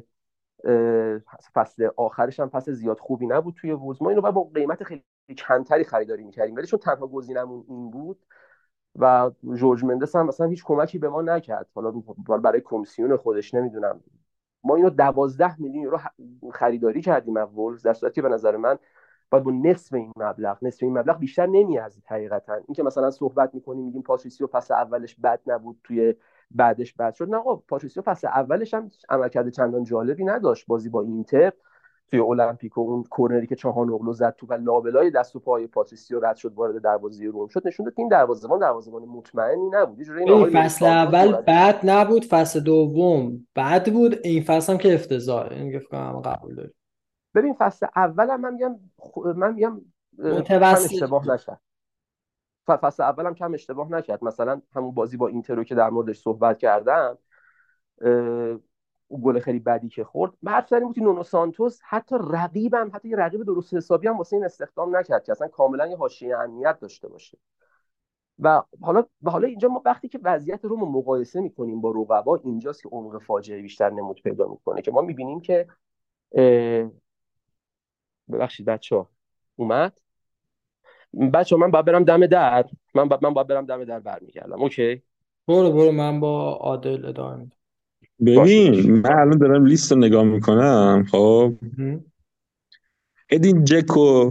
فصل آخرش هم فصل زیاد خوبی نبود توی وولز. ما اینو با قیمت خیلی کمتری خریداری می‌کردیم، ولی چون تنها گزینمون این بود و جورج مندس هم مثلا هیچ کمکی به ما نکرد، حالا برای کمیسیون خودش نمیدونم، ما اینو 12 میلیون یورو خریداری کردیم از وولز، در صورتی که به نظر من باید با نصف این مبلغ بیشتر نمیارزید. حقیقتا این که مثلا صحبت میکنیم میگیم پاتریسیو فصل اولش بد نبود توی بعدش بد شد، نه آقا پاتریسیو فصل اولش هم عملکرد چندان جالبی نداشت. بازی با اینتر توی المپیکو اون کورنری که چاهانوغلو زد تو و لابلای دست و پای پاتریسیو رد شد وارد دروازه روم شد، نشون داد که این دروازه‌بان مطمئنی نبود. یه جوری این این آقای فصل اول بد نبود، فصل دوم بد بود، این فصل هم که افتضاحه. این که فکر کنم قبول داری. ببین فصل اول من میگم کم متوسط اشتباه نکرد. فصل اولم کم اشتباه نکرد. مثلا همون بازی با اینتر که در موردش صحبت کردم، گل خیلی بدی که خورد، حرف زدیم بود نونو سانتوس حتی یه رقیب درست حسابی هم واسه این استخدام نکرد که اصلا کاملا یه حاشیه امنیت داشته باشه. و حالا اینجا ما وقتی که وضعیت رو مقایسه میکنیم با رقبا، اینجاست که عمق فاجعه بیشتر نمود پیدا میکنه، که ما میبینیم که ببخشید بچه‌ها اومد. بچه‌ها من باید برم دم در، من باید برم دم در، برمیگردم. اوکی برو من با عادل ادامه میدم. ببین من الان دارم لیست رو نگاه میکنم. خب ادین جکو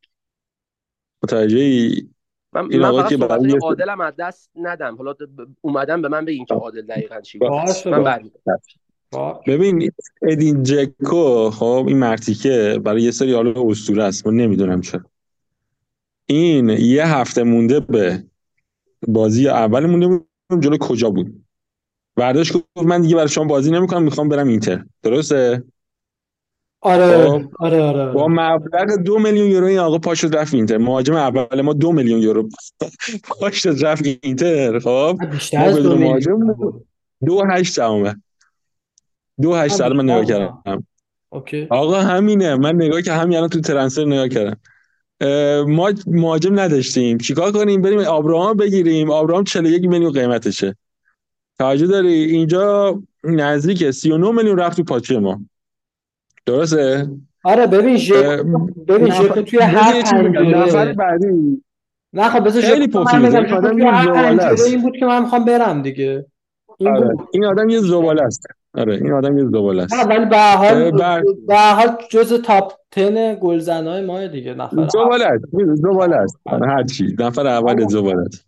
متوجهی؟ این من آقا فقط که صحبت‌های برای عادلم از دست ندم. حالا اومدم به من بگین که عادل دقیقاً چی گفت. باشه من برمیگردم. ببین ادین جکو، خب این مرتیکه برای یه سری حالا اسطوره است، من نمیدونم چرا این یه هفته مونده به بازی اول مونده بود جلو کجا بود، برداشت گفت من دیگه برای شما بازی نمیکنم، میخوام برم اینتر. درسته؟ آره خب با آره مبلغ 2 میلیون یورو این آقا پاش شد رفت اینتر. مهاجم اول ما 2 میلیون یورو پاش شد رفت اینتر. خب بیشتر ما از 2 بدون میلیون مهاجم بود. 2.8 تمامه. 2.8 من الان من بیشتر نگاه بودم. کردم. اوکی. آقا همینه، من نگاه که همین الان تو ترنسفر نگاه کردم. ما مهاجم نداشتیم، چیکار کنیم؟ بریم آبراهام بگیریم. آبراهام 41 میلیون قیمتشه. توجه داری اینجا نزدیک 39 میلیون رفت تو پاچه ما. درسته؟ آره ببین ژکو توی بذار هر یه چیز بگم. نفر پنجره. بعدی نه خب بذار ژکو خیلی من پفیوزه. بگم، این ژکو آدم توی یه هر زباله پنجره است. این بود که من میخوام برم دیگه. این آره بود. این آدم یه زباله است. آره این آدم یه زباله نه است. ولی به هر حال بر جز تاپ 10 گلزنای ما دیگه، نفر زباله است. زباله است. اول. هر چی نفر اول زباله است.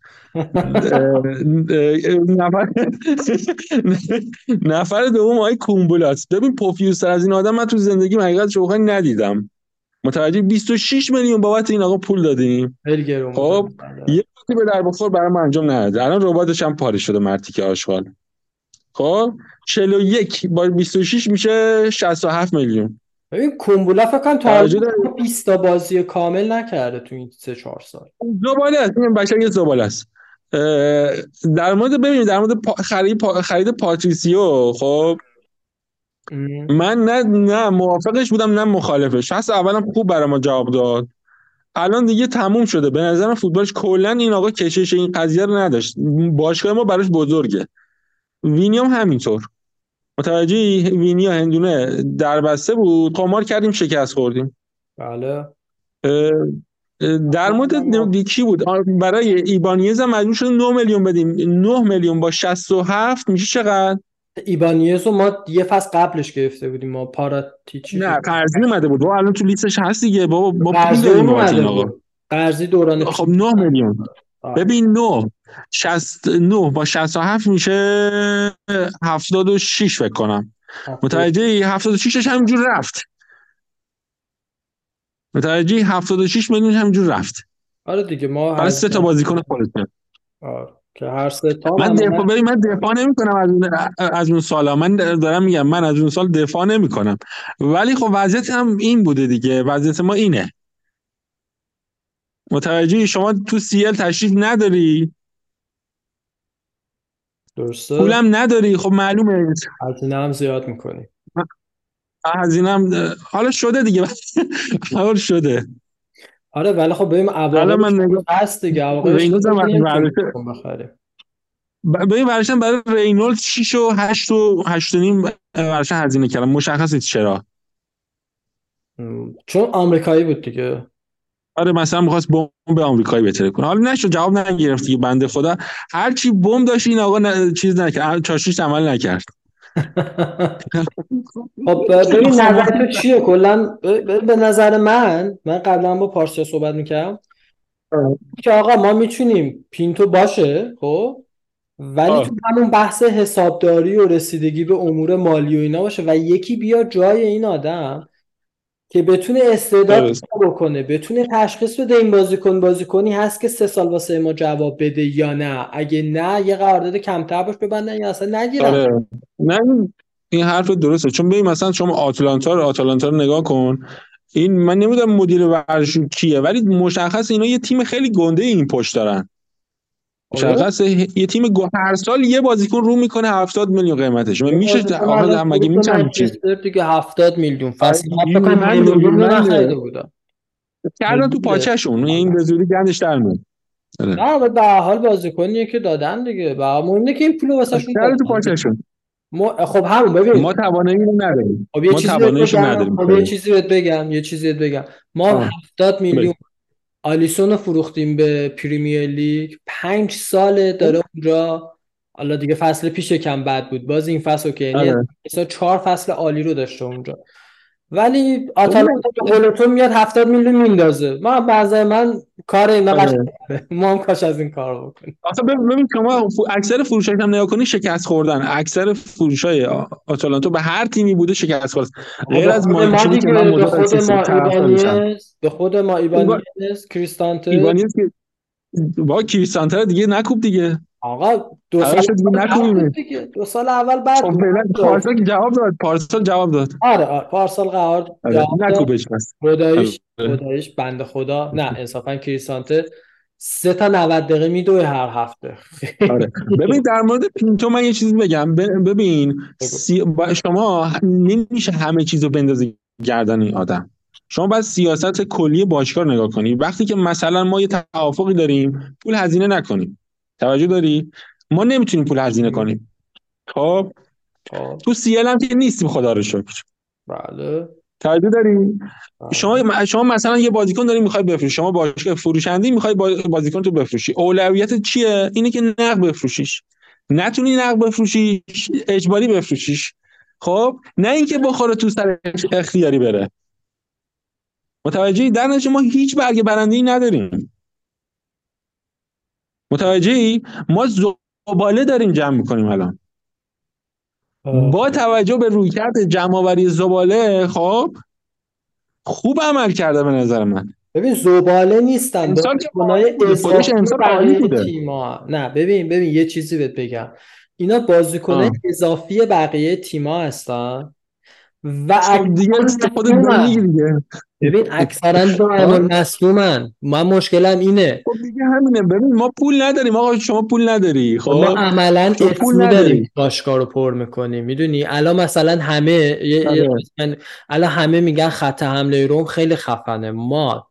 نفر نفر دوم آقای کومبولاست. ببین پوفیوزتر از این آدم من تو زندگی حقیقت شوخی ندیدم. متوجه 26 میلیون بابت این آقا پول دادیم. خیلی گرون خب بود. یه وقتی به در بخور برای من انجام نداد. الان رباتش هم پاره شده مرتی که آشغال. خب 41 با 26 میشه 67 میلیون. ببین کومبولا فکر کنم تا حالا توجه داری 20 تا بازی کامل نکرده تو این 3-4 سال. زباله است. این بشر یه زباله است. در مورد ببینید در مورد خرید پاتریسیو. خب من نه موافقش بودم نه مخالفش. هست اولا خوب برای ما جواب داد. الان دیگه تموم شده. به نظرم فوتبالش کلا این آقا کشش این قضیه رو نداشت. باشگاه ما براش بزرگه. وینی هم همینطور. متوجهی؟ وینی هندونه دربسته بود، قمار کردیم شکست خوردیم. بله. در مورد کی بود؟ برای ایبانیز هم مجبور شدیم 9 میلیون بدیم. 9 میلیون با 67 میشه چقدر؟ ایبانیزو ما یه فصل قبلش گرفته بودیم، ما پاراتیچی نه قرضی اومده بود. الان تو لیستش هست دیگه. بابا ما پول قرضی دادیم بابت این اومده آقا. بود، قرضی دوران خب پیک. 9 میلیون. ببین 9 با 67 میشه 76 فکر کنم. متوجهی؟ 76ش همینجور رفت. متوجهی؟ 76 میلیون همینجور رفت. آره دیگه ما برای 3 تا بازیکن خودته. که هر سه تا من دفاع نمی‌کنم از اون سالا. من دارم میگم من از اون سال دفاع نمی‌کنم. ولی خب وضعیت هم این بوده دیگه. وضعیت ما اینه. متوجهی؟ شما تو CL تشریف نداری، درسته، پولم نداری. خب معلومه هزینه هم زیاد میکنی. هزینه‌ام حالا شده دیگه. حالا شده. آره ولی خب ببین الان عواقبش من نگاه هست دیگه، عواقبش رینولد هم نمیتونی ورشه بخری. ببین ورشتم برای رینولد 6 و 8 و 8 و نیم ورشه هزینه کردم. مشخصه چرا. چون آمریکایی بود دیگه. آره مثلا می‌خواست بمب آمریکایی بتره کنه. حالا نشد، جواب نگرفت دیگه بنده خدا. هر چی بمب داشت این آقا چیز نکرد، چاشنیش عمل نکرد. خب ببین نظر تو چیه کلا؟ به نظر من قبلا با پارسا صحبت میکردم که آقا ما میتونیم پینتو باشه خب، ولی تو همون بحث حسابداری و رسیدگی به امور مالی و اینا باشه و یکی بیا جای این آدم که بتونه استعداد پیدا بکنه، بتونه تشخیص بده این بازیکنی هست که 3 سال واسه ما جواب بده یا نه. اگه نه یه قرارداد کمتر باش ببندن یا اصلا نگیرن. آره نه این حرف درسته. چون ببین مثلا شما آتالانتا رو نگاه کن. این من نمیدونم مدیر ورزشی کیه ولی مشخص اینا یه تیم خیلی گنده این پشت دارن. مشخص یه تیم هر سال یه بازیکن رو میکنه 70 میلیون قیمتش. میشه آقا مگه میشه همین چیز دیگه 70 میلیون فصل فکر کنم یوننده بودن کردن تو پاچه‌شون. این به زودی گندش در میاد. نه به هر حال بازیکنیه که دادن دیگه. و مهمه که این پولو واسهشون دادن تو پاچه‌شون. خب همون ببین ما توانایی رو نداریم. خب یه چیزی بهت بگم ما 70 میلیون آلیسون رو فروختیم به پریمیر لیگ. 5 ساله داره اونجا. حالا دیگه فصل پیش کم بد بود، باز این فصل اوکی، یعنی مثلا 4 فصل عالی رو داشته اونجا. ولی آتالانتا به قولتون میاد 70 میلیون میندازه. من کار اینا قشنگه، ما هم کاش از این کار بکنیم. اصلا ببین شما اکثر فروشاش هم نگاه کنی شکست خوردن. اکثر فروشای آتالانتا به هر تیمی بوده شکست خورد غیر از مانچینی که من مدت به خود ما ایبانیز ایبانیز که با کریستانته دیگه نکوب دیگه. آقا 2 سال اول بعد پارسال جواب داد. آره پارسال جواب نکوبش بس. خداییش بنده خدا. نه انصافا کریستانته 3 تا 90 دقیقه میدوه هر هفته. آره ببین در مورد پینتو من یه چیزی بگم. ببین شما نمیشه همه چیزو بندازی گردن این آدم. شما باید سیاست کلی باشگاه رو نگاه کنی. وقتی که مثلا ما یه توافقی داریم پول هزینه نکنیم، توجه داری؟ ما نمیتونیم پول هزینه کنیم. خب خب تو CL هم که نیستیم خدا رو شکر. بله توجه داری؟ بله. شما مثلا یه بازیکن داری میخوای بفروشی، شما باشگاه فروشندی میخوای بازیکن تو بفروشی، اولویت چیه؟ اینه که نقد بفروشیش. نتونی نقد بفروشیش اجباری بفروشیش. خب نه اینکه بخوره تو سر اختیاری بره. متوجهی؟ در نتیجه ما هیچ برگ برنده‌ای نداریم. متوجهی؟ ما زباله داریم جمع میکنیم الان. با توجه به رویکرد جمع‌آوری زباله خب خوب عمل کرده به نظر من. ببین زباله نیستن امسال که بازیکنای عالی بوده، خودش اضافی امسال عالی بقیه بوده. تیما. نه ببین یه چیزی بهت بگم، اینا بازیکنای اضافی بقیه تیما هستن و خب دیگه اکثرا خودت داری میگی مصدومن. دیگه. ببین اکثرا دائما مصدومن. من مشکلم اینه. خب دیگه همینه. ببین ما پول نداریم آقا، شما پول نداری. ما خب عملا شما پول اسمی داریم نداری. باشگاه رو پر میکنیم. میدونی الان مثلا همه آره. الان همه میگن خط حمله روم خیلی خفنه. ما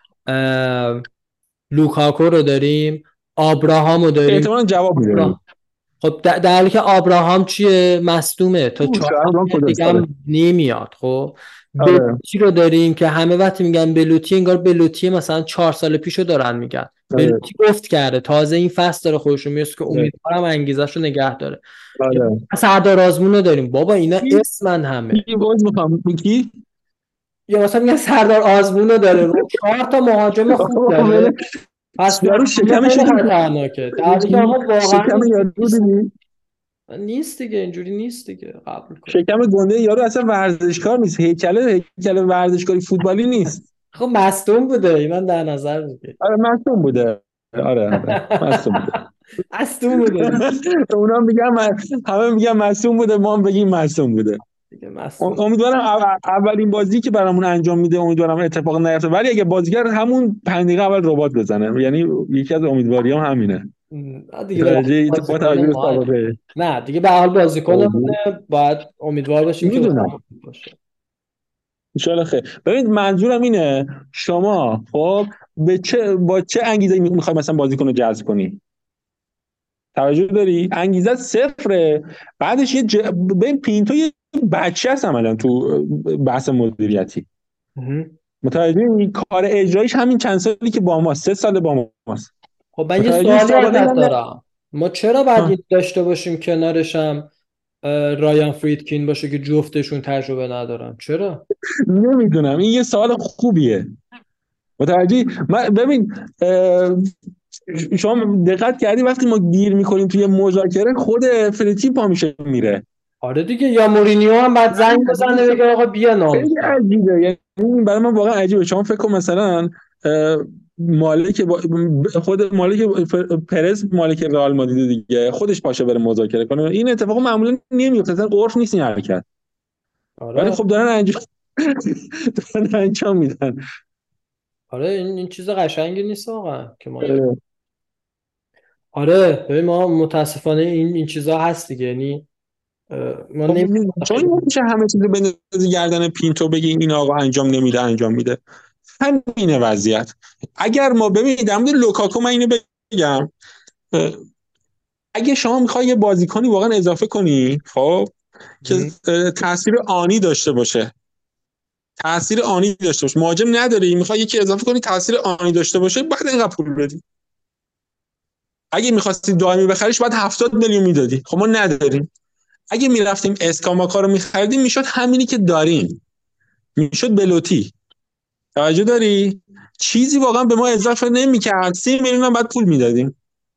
لوکاکو رو داریم، آبراهام رو داریم. احتمالاً جواب میده. خب در حالی که آبراهام چیه مصدومه تا او 4 شاید رام ماه کجاست دیگه داره. هم نمیاد. خب آره. بلوتی رو داریم که همه وقتی میگن بلوتی انگار بلوتی مثلا 4 سال پیشو دارن میگن. آره. بلوتی افت کرده تازه این فصل داره خودش رو میرسه که آره. امیدوارم انگیزش رو نگه داره. آره. سردار آزمون رو داریم. بابا اینا اسمن همه. کی باز میخوام کی؟ یا مثلا میگن سردار آزمون رو داره رو 4 تا مهاجم خوب داره. پس یارو مصدوم شکمش خیلی رو خطرناکه. در حالی که آقا واقعا شکم یارو رو دیدی؟ نیست دیگه، اینجوری نیست دیگه. قبول کن. شکم گنده یارو اصلا ورزشکار نیست. هیکل ورزشکاری فوتبالی نیست. خب مصدوم بوده اینا در نظر بگیر. آره مصدوم بوده. آره مصدوم بوده. مصدوم بوده اونا میگن همه میگن مصدوم بوده، ما هم بگیم مصدوم بوده. دیگه. مصدوم. امیدوارم اولین بازی که برامون انجام میده امیدوارم اتفاق نیفته، ولی اگه بازیگر همون 5 دقیقه اول ربات بزنه، یعنی یکی از امیدواریام همینه. دیگه بالاخره با توجه بازیکن به ما سابقه. نه دیگه به حال بازیکنمونه. باید امیدوار باشیم که میدونم بازیکن خوب باشه. ان شاء الله خیر. ببینید منظورم اینه شما خب با چه انگیزه میخوای مثلا بازیکن رو جذب کنی؟ توجه داری؟ انگیزه صفره. بعدش ببین پینتو یه بچه هست عملا تو بحث مدیریتی. متوجه این کار اجرایش همین چند سالی که با ماست، 3 سال با ماست. خب من یه متوجه سوالی سابقه ازت هم دارم. ما چرا باید این داشته باشیم کنارش هم رایان فریدکین باشه که جفتشون تجربه ندارن؟ چرا؟ نمیدونم، این یه سوال خوبیه. متوجه ببین شما دقت کردی وقتی ما گیر میکنیم توی مذاکره خود فریدکین پا میشه میره. آره دیگه. یا مورینیو هم بعد زنگ بزنه بگه آقا بیا خیلی ناموسم. عجیبه، یعنی برای من واقعا عجیبه. شما فکر کن مثلا مالک خود مالک پرز مالک رئال مادرید دیگه خودش پاشه بره مذاکره کنه، این اتفاق معمولا نمیفته، اصلا عرف نیست این حرکت. ولی آره خب دارن انجام میدن. آره این چیز قشنگی نیست واقعا که ما داریم. آره ببین ما متاسفانه این چیزا هست دیگه. یعنی ما خب نمی‌دونیم. چون نمیشه همه چیزو بندازی گردن پینتو بگی این آقا انجام نمیده انجام میده. همینه وضعیت. اگر ما ببینید در مورد لوکاکو من اینو بگم، اگه شما میخوای یه بازیکنی واقعا اضافه کنی خب که تاثیر آنی داشته باشه، مهاجم نداری میخوای یکی اضافه کنی تاثیر آنی داشته باشه، بعد اینقدر پول بدی. اگه می‌خواستیم دائمی بخریش بعد 70 میلیون میدادی. خب ما نداریم. اگه میرفتیم اسکاماکا رو می‌خریدیم میشد همینی که داریم، میشد بلوتی. توجه داری؟ چیزی واقعا به ما اضافه نمی‌کرد. 30 میلیون هم بعد پول میدادیم.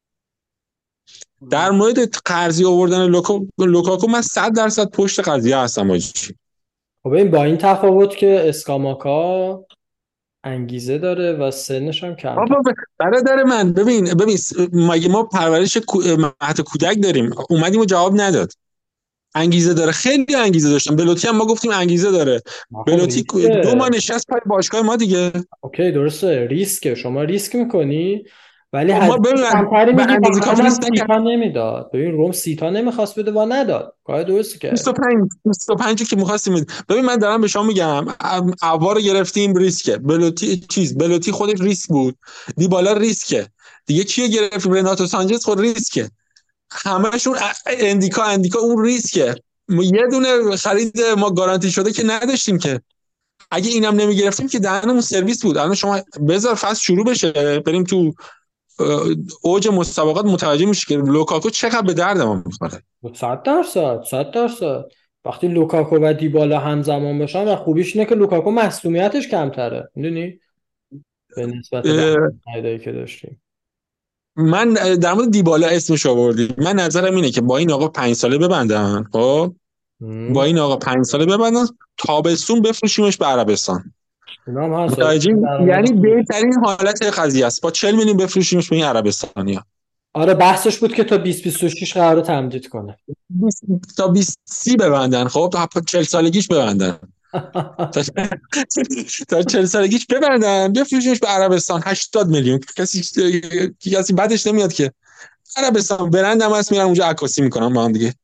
در مورد قرضی آوردن لوکاکو من 100% پشت قضیه هستم آجی. خب این با این تفاوت که اسکاماکا انگیزه داره و سنش هم کمتر. برادر من ببین مگه ما پرورش مهد کودک داریم؟ اومدیم و جواب نداد. انگیزه داره، خیلی انگیزه داشتن. بلوتی هم ما گفتیم انگیزه داره. بلوتی 2 ماه نشست پای باشگاه ما دیگه. اوکی درسته. ریسک شما ریسک میکنی ولی ما هزینه ببین کمتری به میگی، اندازه و روم کافی هم ریسک سیتا نکرد. نمیداد. ببین روم سیتا نمیخواست بده و نداد، کار درستی کرد. 25 که می‌خواستیم. ببین من دارم به شما میگم عوار گرفتیم ریسکه، بلوتی خودش ریسک بود، دیبالا ریسکه دیگه، کیو گرفتیم؟ رناتو سانچز خود ریسکه، همشون اندیکا اون ریسکه. یه دونه خرید ما گارانتی شده که نداشتیم که، اگه اینم نمیگرفتیم که دهنمون سرویس بود. الان شما بذار فصل شروع بشه بریم تو اوج مسابقات، متوجه میشی که لوکاکو چقدر به درد ما میخوره. 100%. وقتی لوکاکو و دیبالا همزمان باشن و خوبیش اینه که لوکاکو مصدومیتش کمتره، میدونی، به نسبت بقیه که داشتیم. من در مورد دیبالا اسمش آوردی، من نظرم اینه که با این آقا 5 ساله ببندن. خب با این آقا 5 ساله ببندن، تابستون بفروشیمش به عربستان. اینا هم هست. متوجه؟ درآمد یعنی خوبی. بهترین حالت قضیه است، با 40 میلیون بفروشیمش به این عربستانیا. آره بحثش بود که تا 2026 قراره تمدید کنه. 20 تا 20 30 ببندن. خب تا 40 سالگیش ببندن. تا تا 40 سالگیش ببندن، بفروشیمش به عربستان 80 میلیون. کسی بعدش نمیاد که. عربستان برند هم هست، میرن اونجا عکاسی میکنن با هم دیگه.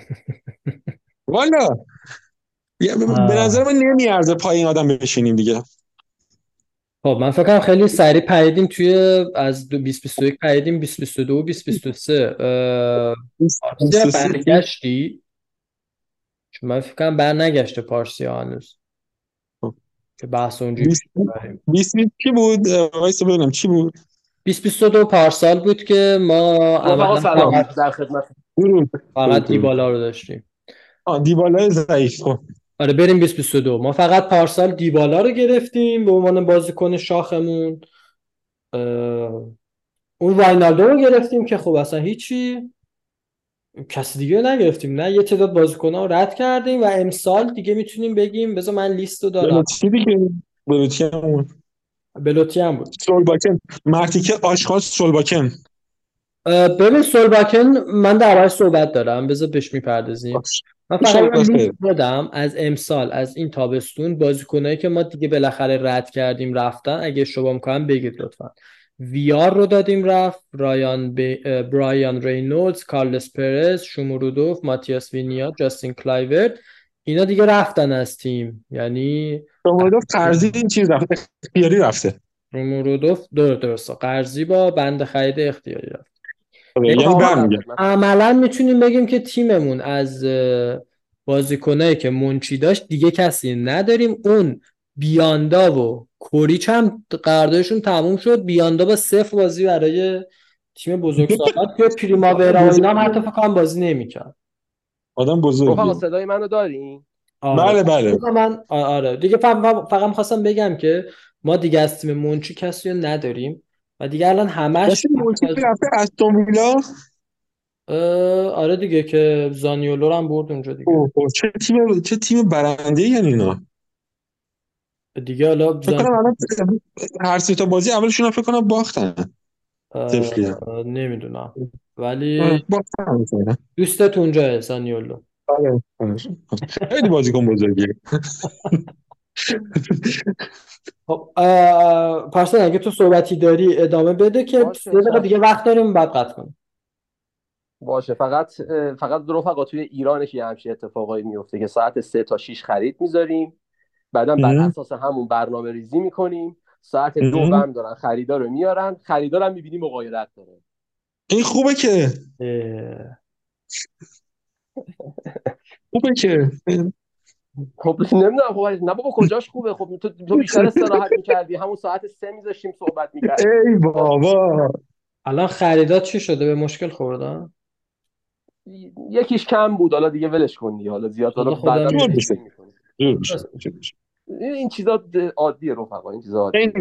والا به نظر من نمیارزه پای این آدم بشینیم دیگه. خب من فکر کنم خیلی سریع پریدیم توی از 2021 پریدیم 2022 و 2023. پارسیا 23 برگشتی؟ چون من فکر کنم برنگشته پارسیا هنوز که بحث اونجوری پیش ببریم. 20 چی بود؟ وایس ببینم چی بود. 2022 پارسال بود که ما رفقا عملا سلام، در خدمت. فقط دیبالا رو داشتیم. دیبالا ضعیف. آره بریم 2022. ما فقط پارسال دیبالا رو گرفتیم به عنوان بازیکن شاخمون. اون واینالدو رو گرفتیم که خب اصلا هیچی، کسی دیگه رو نگرفتیم، نه یه تعداد بازیکن‌ها رو رد کردیم و امسال دیگه میتونیم بگیم، بذار من لیست رو دارم. بلوتی دیگه، بلوتی هم بلوتی هم بود. سولباکن، مرتیکه آشخاص سولباکن. ببین سولباکن من دربارش صحبت دارم، بذار بهش میپردازیم. من فقط یه لیست دادم از امسال، از این تابستون، بازیکنایی که ما دیگه بالاخره رد کردیم رفتن. اگه اشتباه میکنم بگید لطفا. ویار رو دادیم رفت، برایان رینولدز، کارلس پرز، شومورودوف، ماتیاس وینیا، جاستین کلایورت، اینا دیگه رفتن از تیم. یعنی شمردوف قرضی این چیز رفته، اختیاری رفته. شومورودوف درسته قرضی با بند خرید اختیاری رفت. یعنی برمیگرد. عملا میتونیم بگیم که تیممون از بازیکنایی که منچی داشت دیگه کسی نداریم. اون بیاندا و کوریچ هم قراردادشون تموم شد. بیاندا با 0 بازی برای تیم بزرگسالان که پریماورا و اینا هم حتی فکر کنم بازی نمی‌کرد. آدم رفقا بزرگیه. صدای منو دارین؟ آره. بله. من آره دیگه فقط می‌خواستم بگم که ما دیگه از تیم منچی کسی رو نداریم و دیگه الان همش منچی رفته استون ویلا. آره دیگه که زانیولو رو هم برد اونجا دیگه. چه تیم برنده یعنی اینا. دیگه حالا فکر کنم الان هر سه تا بازی اولشون فکر کنم باختن. تفلیه. نمیدونم ولی باختن. دوستت اونجا زانیولو. آره. خیلی بازیکن بزرگیه. خب پارسال اگه تو صحبتی داری ادامه بده که باشه، 3 دقیقه دیگه وقت داریم بعد قطع کنیم. باشه. فقط رفقا توی ایرانش یه همچین اتفاقایی میفته که ساعت 3 تا 6 خرید میذاریم، بعدا بر اساس همون برنامه ریزی میکنیم. ساعت 2 بم دارن خریدار رو میارن، خریدار هم میبینی مغایرت داره. این خوبه که خب نمیدونم. خب نه بابا کجاش خوبه؟ خب تو بیشتر استراحت میکردی، همون ساعت 3 میذاشتیم صحبت میکردیم. ای بابا. الان خریدار چی شده؟ به مشکل خوردن؟ یکیش کم بود، حالا دیگه ولش کن دیگه، حالا زیاد حالا بعدا بهش میکنیم. این چیزا عادیه رفقا، این چیزا عادیه.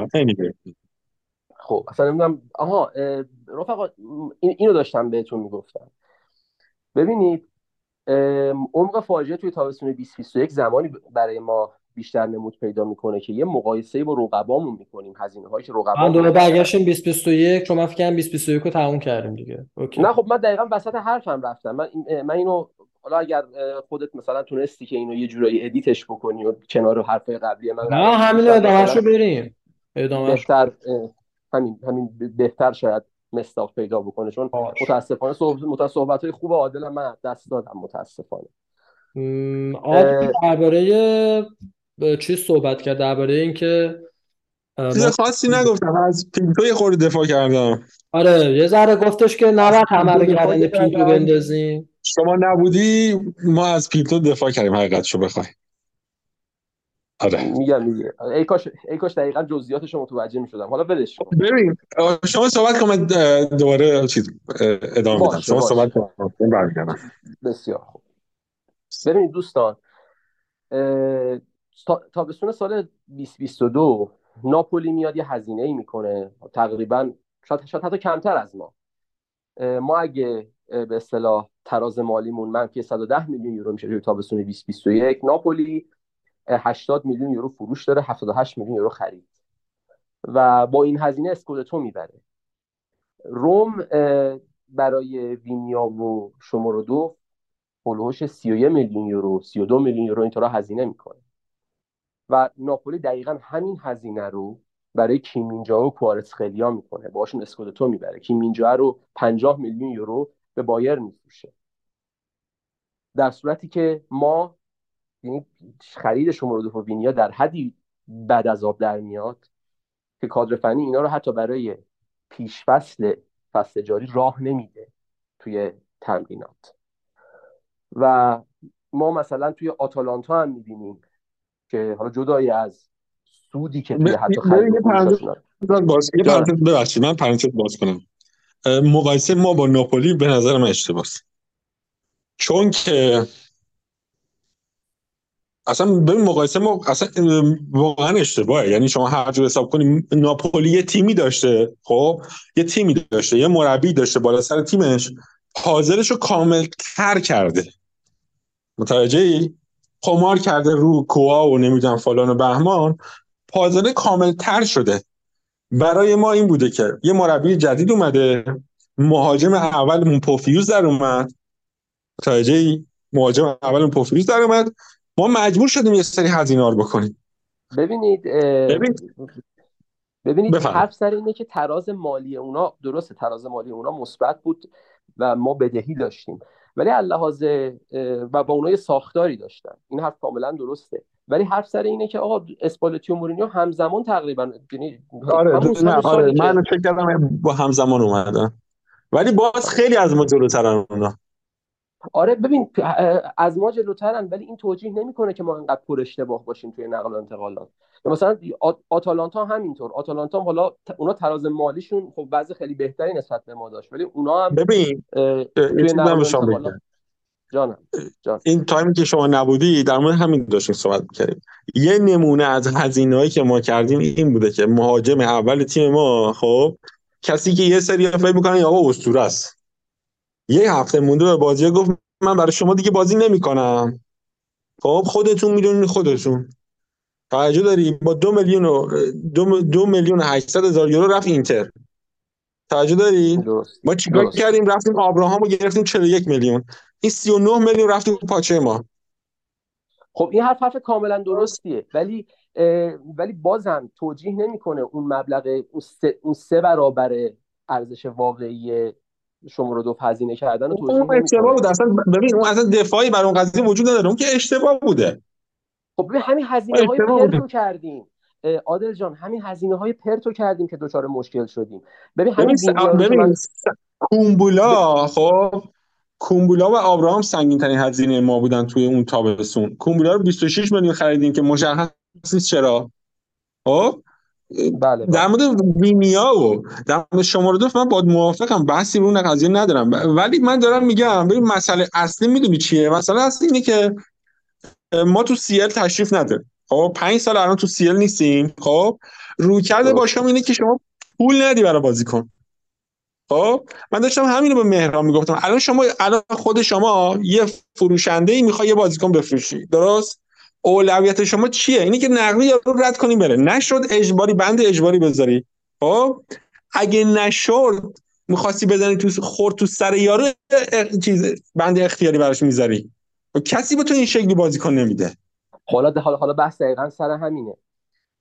خب اصلا نمیدونم. رفقا اینو داشتم بهتون میگفتم. ببینید عمق فاجعه توی تابستون 2021 زمانی برای ما بیشتر نمود پیدا میکنه که یه مقایسه با رقبامون میکنیم، هزینه‌هایی که من رقبامون دوباره برگشتیم 2021 چون من فکر کنم 2021 رو تموم کردیم دیگه. اوکی. نه خب من دقیقاً وسط حرفم رفتم. من اینو حالا اگر خودت مثلا تونستی که اینو یه جورایی ادیتش بکنی و کنار حرفای قبلی من نه همین ادامه‌شو بریم. بهتر همین بهتر شاید مصداق پیدا بکنه، چون متاسفانه صحبت‌های خوب عادل من از دست دادم متاسفانه. عادل درباره چی صحبت کرد؟ درباره اینکه چیز خاصی نگفتم، از پینتو یه خورده دفاع کردم. آره یه ذره گفتش که نباید همه رو گردن پینتو کردم. بندازیم. شما نبودی ما از پینتو دفاع کردیم حقیقتشو بخوای. آره میگم ای کاش دقیقاً جزئیاتش رو متوجه میشدم. حالا ولش کن. ببین شما صحبت کن، من دوباره ادامه میدم. شما صحبت کن من برمیگردم. بسیار خوب. ببینید دوستان، تابستون سال 2022 ناپولی میاد یه هزینه‌ای میکنه تقریبا، شاید حتی کمتر از ما اگه به اصطلاح تراز مالیمون منفی 110 میلیون یورو میشه توی تابستون 2021، ناپولی 80 میلیون یورو فروش داره، 78 میلیون یورو خرید و با این هزینه اسکودتو میبره. روم برای وینیا و شومورودو هولوش 31 میلیون یورو 32 میلیون یورو اینطورا هزینه میکنه و ناپولی دقیقا همین هزینه رو برای کیمینجا و کوارتسخلیا میکنه، باشون اسکودتو میبره. کیمینجا رو 50 میلیون یورو به بایر میفروشه، در صورتی که ما، یعنی خرید شومورودو و وینیا در حدی بعد از آب در میاد که کادر فنی اینا رو حتی برای پیش فصل جاری راه نمیده توی تمرینات. و ما مثلا توی آتالانتا هم میبینیم که حالا جدایی از سودی که توی حتی خرید و فروشاشون ببخشید من پرانتز باز کنم. مقایسه ما با ناپولی به نظر من اشتباهه، چون که اصلا ببین مقایسه ما اصلا واقعا اشتباهه. یعنی شما هر جور حساب کنی ناپولی یه تیمی داشته، خب یه تیمی داشته، یه مربی داشته بالا سر تیمش، پازلش رو کامل تر کرده، متوجهی؟ قمار کرده رو کوها و نمیدونم فلان و بهمان، پازل کامل تر شده. برای ما این بوده که یه مربی جدید اومده، مهاجم اولمون پوفیوز در اومد، متوجهی؟ مهاجم اولمون پوفیوز در اومد، ما مجبور شدیم یه سری هزینه‌ها رو بکنیم. ببینید حرف سر اینه که تراز مالی اونا درسته، تراز مالی اونا مثبت بود و ما بدهی داشتیم، ولی لحاظ و با اونها یه ساختاری داشتن، این حرف کاملا درسته. ولی حرف سر اینه که آقا اسپالتی و مورینیو همزمان تقریبا، یعنی همون سالی که من فکر کردم با همزمان اومدن، ولی باز خیلی از ما جلوترن اونا. آره ببین از ما جلوترن، ولی این توجیه نمیکنه که ما انقدر پر اشتباه باشیم توی نقل و انتقالات. مثلا آتالانتا همینطور. آتالانتا حالا اونا تراز مالیشون خب وضع خیلی بهتری نسبت به ما داشت، ولی اونا هم ببین توی نقل و انتقالات جان این تایمی که شما نبودی در مورد همین داشتیم صحبت می‌کردیم. یه نمونه از هزینه‌هایی که ما کردیم این بوده که مهاجم اول تیم ما، خب کسی که یه سری فکر می‌کنن آقا اسطوره است، یه هفته مونده به بازی گفت من برای شما دیگه بازی نمی‌کنم. خب خودتون میدونین، خودتون توجه داری، با 2 میلیون و 800 هزار یورو رفت اینتر. توجه داری؟ ما چیکار کردیم؟ رفتیم آبراهام رو گرفتیم 41 میلیون، این 39 میلیون رفتیم پاچه ما. خب این حرف کاملا درستیه، ولی بازم توجیه نمیکنه اون مبلغ اون سه برابر ارزش واقعی شومورودو هزینه کردن رو توجیه نمیکنه. اشتباه بود اصلا. ببین اون اصلا دفاعی برای اون قضیه وجود نداره، اون که اشتباه بوده. خب ببین همین هزینه‌های پرتو کردیم عادل جان، همین هزینه‌های پرتو کردیم که دچار مشکل شدیم. ببین همین کومبولا، خب کومبولا و آبراهام سنگین ترین هزینه ما بودن توی اون تابستون. کومبولا رو 26 میلیون خریدیم که مشخص نیست چرا. خب بله. در مورد وینیا و در مورد شماره 2 من با موافقم، بحثی رو اون قضیه ندارم، ولی من دارم میگم ببین مسئله اصلی میدونی چیه؟ مسئله اصلی اینه که ما تو CL تشریف نداریم. خب 5 سال الان تو CL نیستیم. خب رویکرد باشگاه اینه که شما پول ندی برای بازیکن. خب من داشتم همین رو به مهران میگفتم، الان خود شما یه فروشنده‌ای میخوای یه بازیکن بفروشی، درست؟ اولویت شما چیه؟ اینی که نقدی رو رد کنی بره، نشد اجباری بند اجباری بذاری. خب اگه نشد می‌خواستی بزنی تو سر یارو چیز بند اختیاری براش میذاری، کسی به تو این شکلی بازیکن نمیده. حالا بحث دقیقاً سر همینه.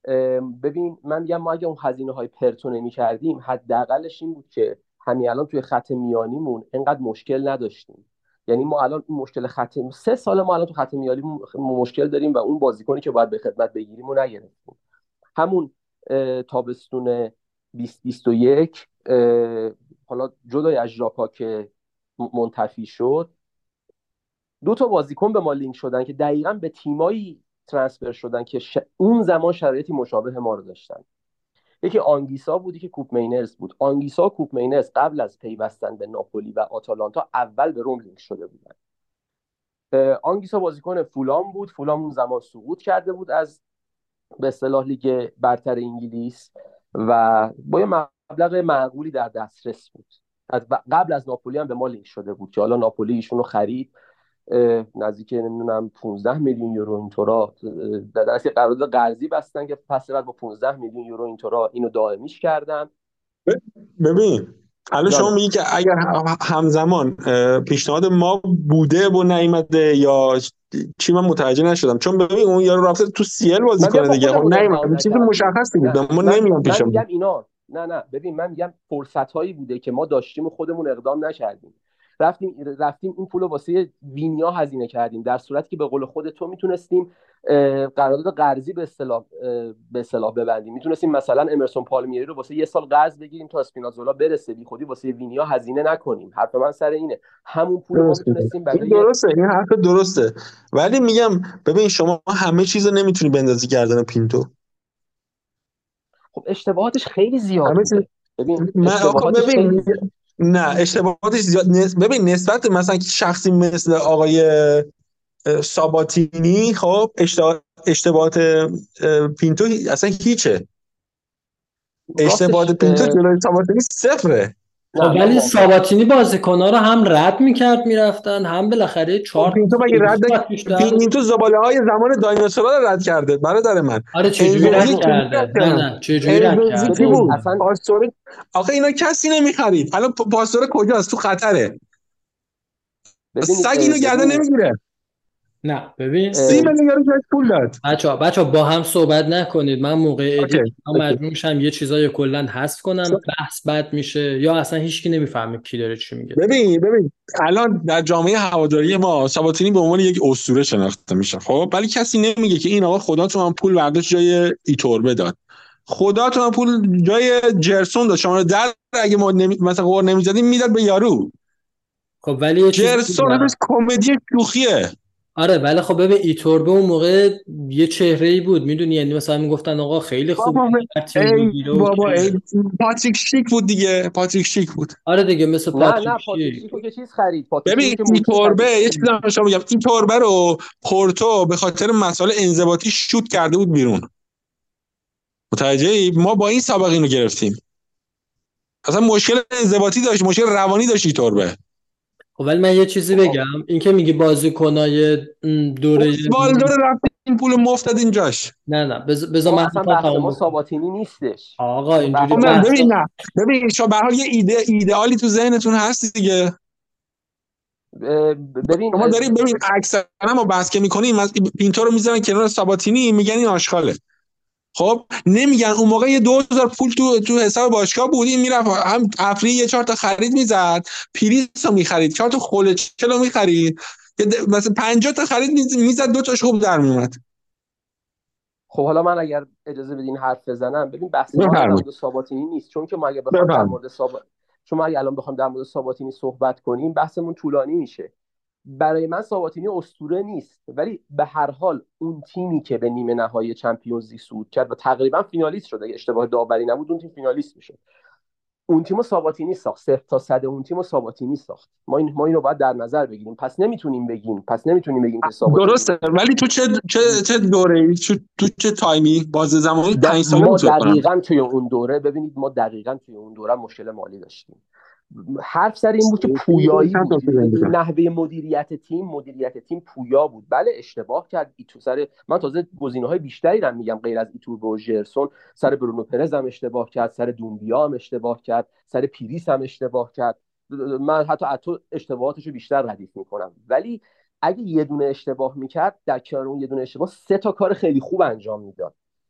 ببین من میگم ما اگه اون هزینه های پرتو نمی‌کردیم حداقلش این بود که همین الان توی خط میانیمون اینقدر مشکل نداشتیم. یعنی ما الان این مشکل خط 3 سال ما الان تو خط میانی مشکل داریم و اون بازیکنی که باید به خدمت بگیریم رو نگرفتیم. همون تابستون 2021 حالا جدای از ژاکا که منتفی شد 2 تا بازیکن به ما لینک شدن که دقیقاً به تیمایی ترانسفر شدن که اون زمان شرایطی مشابه ما رو داشتن. یکی آنگیسا بود، یکی کوپ مینرز بود. آنگیسا و کوپ مینرز قبل از پیوستن به ناپولی و آتالانتا اول به روم لینک شده بودن. آنگیسا بازیکن فولام بود. فولام اون زمان سقوط کرده بود از به اصطلاح لیگ برتر انگلیس و با یه مبلغ معقولی در دسترس بود. قبل از ناپولی هم به ما لینک شده بود که حالا ناپولی ایشونو خرید نزدیک نمیدونم 15 میلیون یورو اینطورا در اصل قرارداد قرضی بستن که پس بعد با 15 میلیون یورو اینطورا اینو دائمیش کردن. ببین الان شما جانم. میگی که اگر همزمان پیشنهاد ما بوده و نیامده یا چی، من متوجه نشدم. چون ببین اون یارو رفته تو CL بازی کنه دیگه، خب نیومد، چیز مشخصی بود، ما نمیام من پیشمون. میگم اینا نه ببین من میگم فرصت هایی بوده که ما داشتیم و خودمون اقدام نکردیم. رفتیم این پولو واسه وینیا هزینه کردیم در صورتی که به قول خود تو میتونستیم قرارداد قرضی به اصطلاح ببندیم. میتونستیم مثلا امرسون پالمیری رو واسه 1 سال قرض بگیریم تا اسپینازولا برسه، بی خودی واسه وینیا هزینه نکنیم. حرف من سر اینه همون پول ما میتونستیم برای درسته، این حرف درسته، ولی میگم ببین شما همه چیزو نمیتونی بندازی گردن پینتو. خب اشتباهاتش خیلی زیاد بوده. ببین اشتباهاتش زیاد. ببین نسبت مثلا شخصی مثل آقای ساباتینی، خب اشتباهات پینتو اصلا هیچه. اشتباهات پینتو جلوی ساباتینی صفره. خب ولی ساباتینی بازیکن‌ها رو هم رد می‌کرد میرفتن، هم بالاخره 4 پینتو مگه رد پینتو زباله‌های زمان دایناسورا رو رد کرده برادر من. آره چجوری رد کرده؟ نه چجوری رد کرده؟ کی بود؟ پاستور. آخه اینا کسی نمیخرید. الان پاستور کجاست؟ تو خطره. سگ اینو گردن نمیگیره. نه ببین 30 میلیون یورو جاش پول داد. بچا با هم صحبت نکنید. من موقع ادیت مجبور میشم یه چیزای کلا حذف کنم، بحث بد میشه یا اصلا هیچکی نمیفهمه کی داره چی میگه. ببین الان در جامعه هواداری ما ساباتینی به عنوان یک اسطوره شناخته میشه، خب ولی کسی نمیگه که این آقا خداتون هم پول برداشت جای ایتوربه داد، خداتون هم پول جای جرسون داد، شما در اگه ما مثلا قور نمیزدیم میداد به یارو. خب ولی جرسون همش کمدی شوخیه. آره ولی خب ببین ایتوربه اون موقع یه چهره‌ای بود، میدونی، یعنی مثلا میگفتن آقا خیلی خوبه بابا پاتریک شیک بود دیگه، پاتریک شیک بود. آره دیگه مثل پاتریک نه پاتریک شیکو که چیز خرید. ببین ایتوربه یه چیزی من شما میگم، ایتوربه رو پورتو به خاطر مسائل انضباطی شوت کرده بود بیرون. متوجهی؟ ما با این سابقه اینو گرفتیم. اصلا مشکل انضباطی داشت، مشکل روانی داشت ایتوربه. خب ولی من یه چیزی بگم، این که میگی بازیکنای دوره والدور رفت این پول مفت داد اینجاش. نه بذار من اصلا بحث ما ساباتینی نیستش آقا اینجوری ببین شما به هر حال یه ایدئالی تو ذهنتون هست دیگه. شما داریم ببین اکثرا ما بحث که میکنیم پینتو رو میذارن کنار ساباتینی، میگن این آشغاله. خب نمیگن اون موقع یه 2000 پول تو حساب باشگاه بود، این میرفت هم افری یه 4 تا خرید میزد، پریس رو میخرید، 4 تا خولچل رو میخرید، مثلا 50 تا خرید میزد، 2 تاش خوب در میومد. خب حالا من اگر اجازه بدین حرف بزنم، ببین بحث ما در مورد ساباتینی نیست، چون که ما اگه بخوایم الان بخوایم در مورد ساباتینی صحبت کنیم بحثمون طولانی میشه. برای من ساباتینی اسطوره نیست، ولی به هر حال اون تیمی که به نیمه نهایی چمپیونز لیگ صعود کرد و تقریبا فینالیست شد، اگه اشتباه داوری نبود اون تیم فینالیست میشد، اون تیمو ساباتینی ساخت. 0 تا 100 اون تیمو ساباتینی ساخت. ما اینو باید در نظر بگیریم. پس نمیتونیم بگیم که ساباتینی درسته. ولی تو چه دوره‌ای، تو چه تایمی، باز زمانی 5 ساله ما دقیقاً توی اون دوره، ببینید ما دقیقاً توی اون دوره مشکل مالی داشتیم. حرف سر این بود که پویایی بود، نحوه مدیریت تیم پویا بود. بله اشتباه کرد ایتو سر، من تازه گزینه‌های بیشتری رو میگم غیر از ایتو و ژرسون، سر برونو پرز هم اشتباه کرد، سر دومبیا هم اشتباه کرد، سر پیریس هم اشتباه کرد. من حتی اتو اشتباهاتشو بیشتر ردیف میکنم، ولی اگه یه دونه اشتباه میکرد در کنار اون یه دونه اشتباه 3 تا کار خیلی خوب انجام میداد.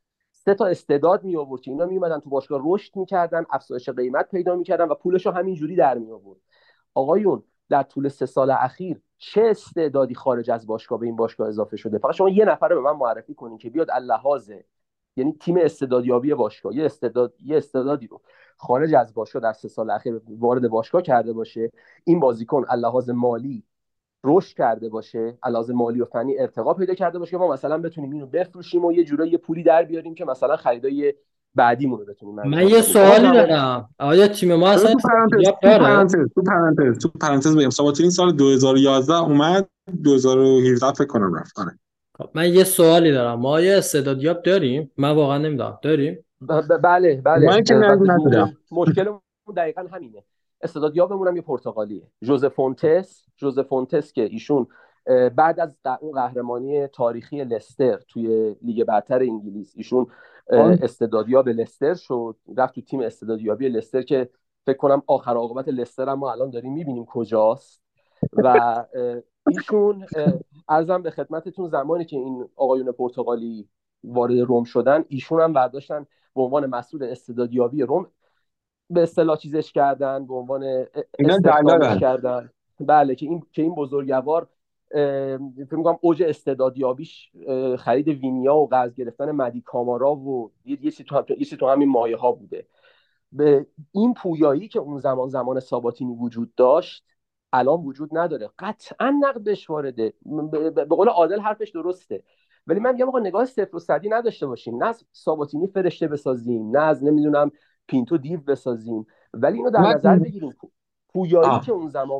سه تا استعداد می آورد که اینا می اومدن تو باشگاه رشد میکردن، افزایش قیمت پیدا میکردن و پولشو همینجوری در می آورد. آقایون در طول 3 سال اخیر چه استعدادی خارج از باشگاه به این باشگاه اضافه شده؟ فقط شما یه نفر رو به من معرفی کنین که بیاد اللحاظ، یعنی تیم استعدادیابی باشگاه یه استعدادی رو خارج از باشگاه در 3 سال اخیر وارد باشگاه کرده باشه، این بازیکن اللحاظ مالی رشد کرده باشه، اللحاظ مالی و فنی ارتقا پیدا کرده باشه که ما مثلا بتونیم اینو بفروشیم و یه جورایی یه پولی در بیاریم که مثلا خریدای بعدیمون رو بتونیم من انجام یه بدیم. شما سوالی زمان دارم، آیا تیم ما ببین اصلا تو پرانتز استعدادیاب داره؟ تو پرانتز بگم ساباتینی سال 2011 اومد، 2017 فکر کنم رفت. آره. خب، من یه سوالی دارم، ما آیا استعدادیاب داریم؟ من واقعا نمیدونم داریم. بله من بله. که ندیدم. مشکلمون دقیقا همینه. استعدادیابمون هم یه پرتغالیه، ژوزه فونتس که ایشون بعد از اون قهرمانی تاریخی لستر توی لیگ برتر انگلیس، ایشون استعدادیاب لستر شد، رفت تو تیم استعدادیابی لستر که فکر کنم آخر عاقبت لستر هم ما الان داریم میبینیم کجاست. و ایشون عرضم به خدمتتون زمانی که این آقایون پرتغالی وارد روم شدن، ایشون هم برداشتن به عنوان مسئول استعدادیابی روم به اصطلاح چیزش کردن، به عنوان اینا استخدامش دلالن. کردن. بله که این بزرگوار فکر می‌کنم اوج استعدادیابیش خرید وینیا و قرض گرفتن مدی کامارا و یه چیزی تو همین مایه ها بوده. به این پویایی که اون زمان ساباتینی وجود داشت الان وجود نداره. قطعا نقد بهش وارده، به قول عادل حرفش درسته، ولی من میگم آقا نگاه صفر و صدی نداشته باشیم، نه از ساباتینی فرشته بسازیم، نه از نمیدونم پینتو دیو بسازیم، ولی اینو در من نظر بگیریم پویایی آه. که اون زمان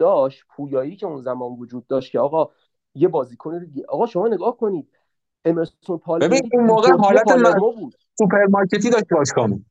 وجود داشت که آقا یه بازیکن آقا شما نگاه کنید، امرسون ببین پالمری اون موقع ترکیه حالت پالرمو بود. سوپرمارکتی داشت باشگاهمون.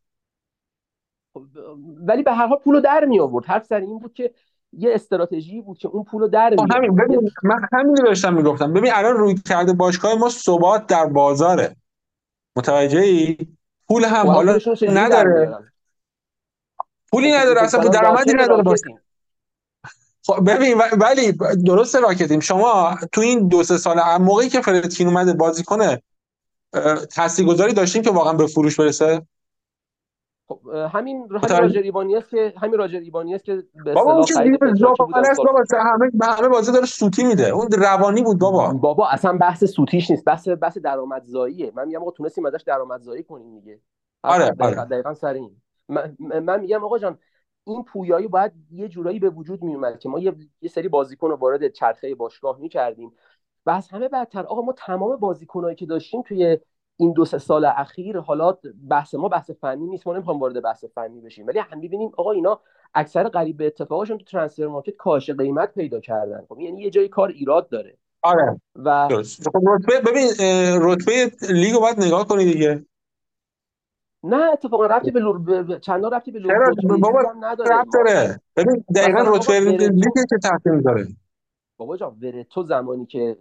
ولی به هر حال پولو در می آورد. حرف سر این بود که یه استراتژی بود که اون پولو در می همین آورد. ببین من همین رو داشتم میگفتم. ببین الان روی کرده باشگاه ما ثبات در بازاره، متوجهی؟ پول هم خب الان حالا پولشون چجوری در نداره، میارن؟ پولی خب نداره، اصلا الان درآمدی راکت نداره باشه. راکتیم. خب ببین ولی درست راکتیم. شما تو این 2 3 سال موقعی که فردکین اومده بازی کنه تاثیرگذاری داشتیم که واقعا به فروش برسه؟ خب همین متوجه؟ راجر ایبانی است که به بابا اون اصطلاح که خرید زیر پتراکی بود زباله است امسال. بابا، همه بازی داره سوتی میده. اون روانی بود بابا. بابا اصلا بحث سوتیش نیست، بحث درآمدزاییه. من میگم آقا تونستیم ازش درآمدزایی کنیم دیگه. آره آره. دقیقاً سر این من میگم آقا جان، این پویایی باید یه جورایی به وجود میومد که ما یه سری بازیکن رو وارد چرخه باشگاه میکردیم. و از همه بدتر آقا، ما تمام بازیکنایی که داشتیم توی این 2 3 سال اخیر، حالا بحث فنی نیست، ما نمیخوام وارد بحث فنی بشیم، ولی هم می‌بینیم آقا اینا اکثر قریب به اتفاقشون تو ترانسفر مارکت کاهش قیمت پیدا کردن. خب یعنی یه جای کار ایراد داره. آره و درست. خب ببین رتبه لیگو باید نگاه کنی دیگه. نه اتفاقا چندان ربطی به چرا رتبه بابا لیگ هم نداره. ربط ما داره. ببین دقیقا مثلا آقا رتبه لیگ چه تاثیر میذاره. بابا جان ورتو زمانی که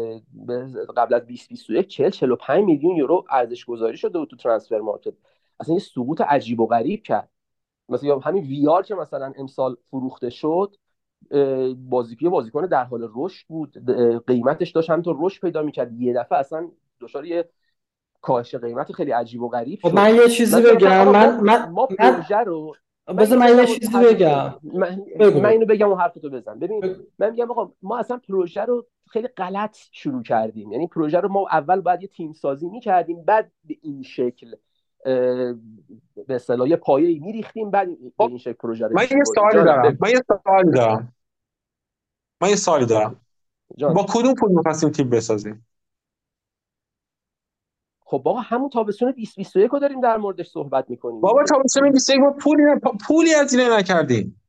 قبل از 2021 45 میلیون یورو ارزش گذاری شده بود تو ترانسفر مارکت، اصلا یه سقوط عجیب و غریب کرد. مثلا همین ویار که مثلا امسال فروخته شد، بازیکن در حال رشد بود، قیمتش داشت همینطور رشد پیدا میکرد، یه دفعه اصلا دچار یه کاهش قیمت خیلی عجیب و غریب خب شد. من یه چیزی من میگم مثلا بگم. آقا من ما پروژه رو، من بذار اینو من یه بگم و چیزی حرفتو بزنم. بگم. بگو من بگو. اینو بگم و حرفتو بزن. ببین بگو. من میگم آقا ما اصلا پروژه رو خیلی غلط شروع کردیم. یعنی پروژه رو ما اول باید یه تیم سازی میکردیم، بعد به این شکل به اصطلاح یه پایه‌ای میریختیم، بعد به خب این شکل پروژه رو من یه می‌بردیم. سوالی جانم دارم بگو. من یه سوالی دارم من یه سوالی دارم جان. با کدوم پول می‌خواستیم تیم بسازیم؟ خب بابا همون تابستون 2021 رو داریم در موردش صحبت میکنیم بابا دیگه. تابستون 21 ما پولی هزینه نکردیم.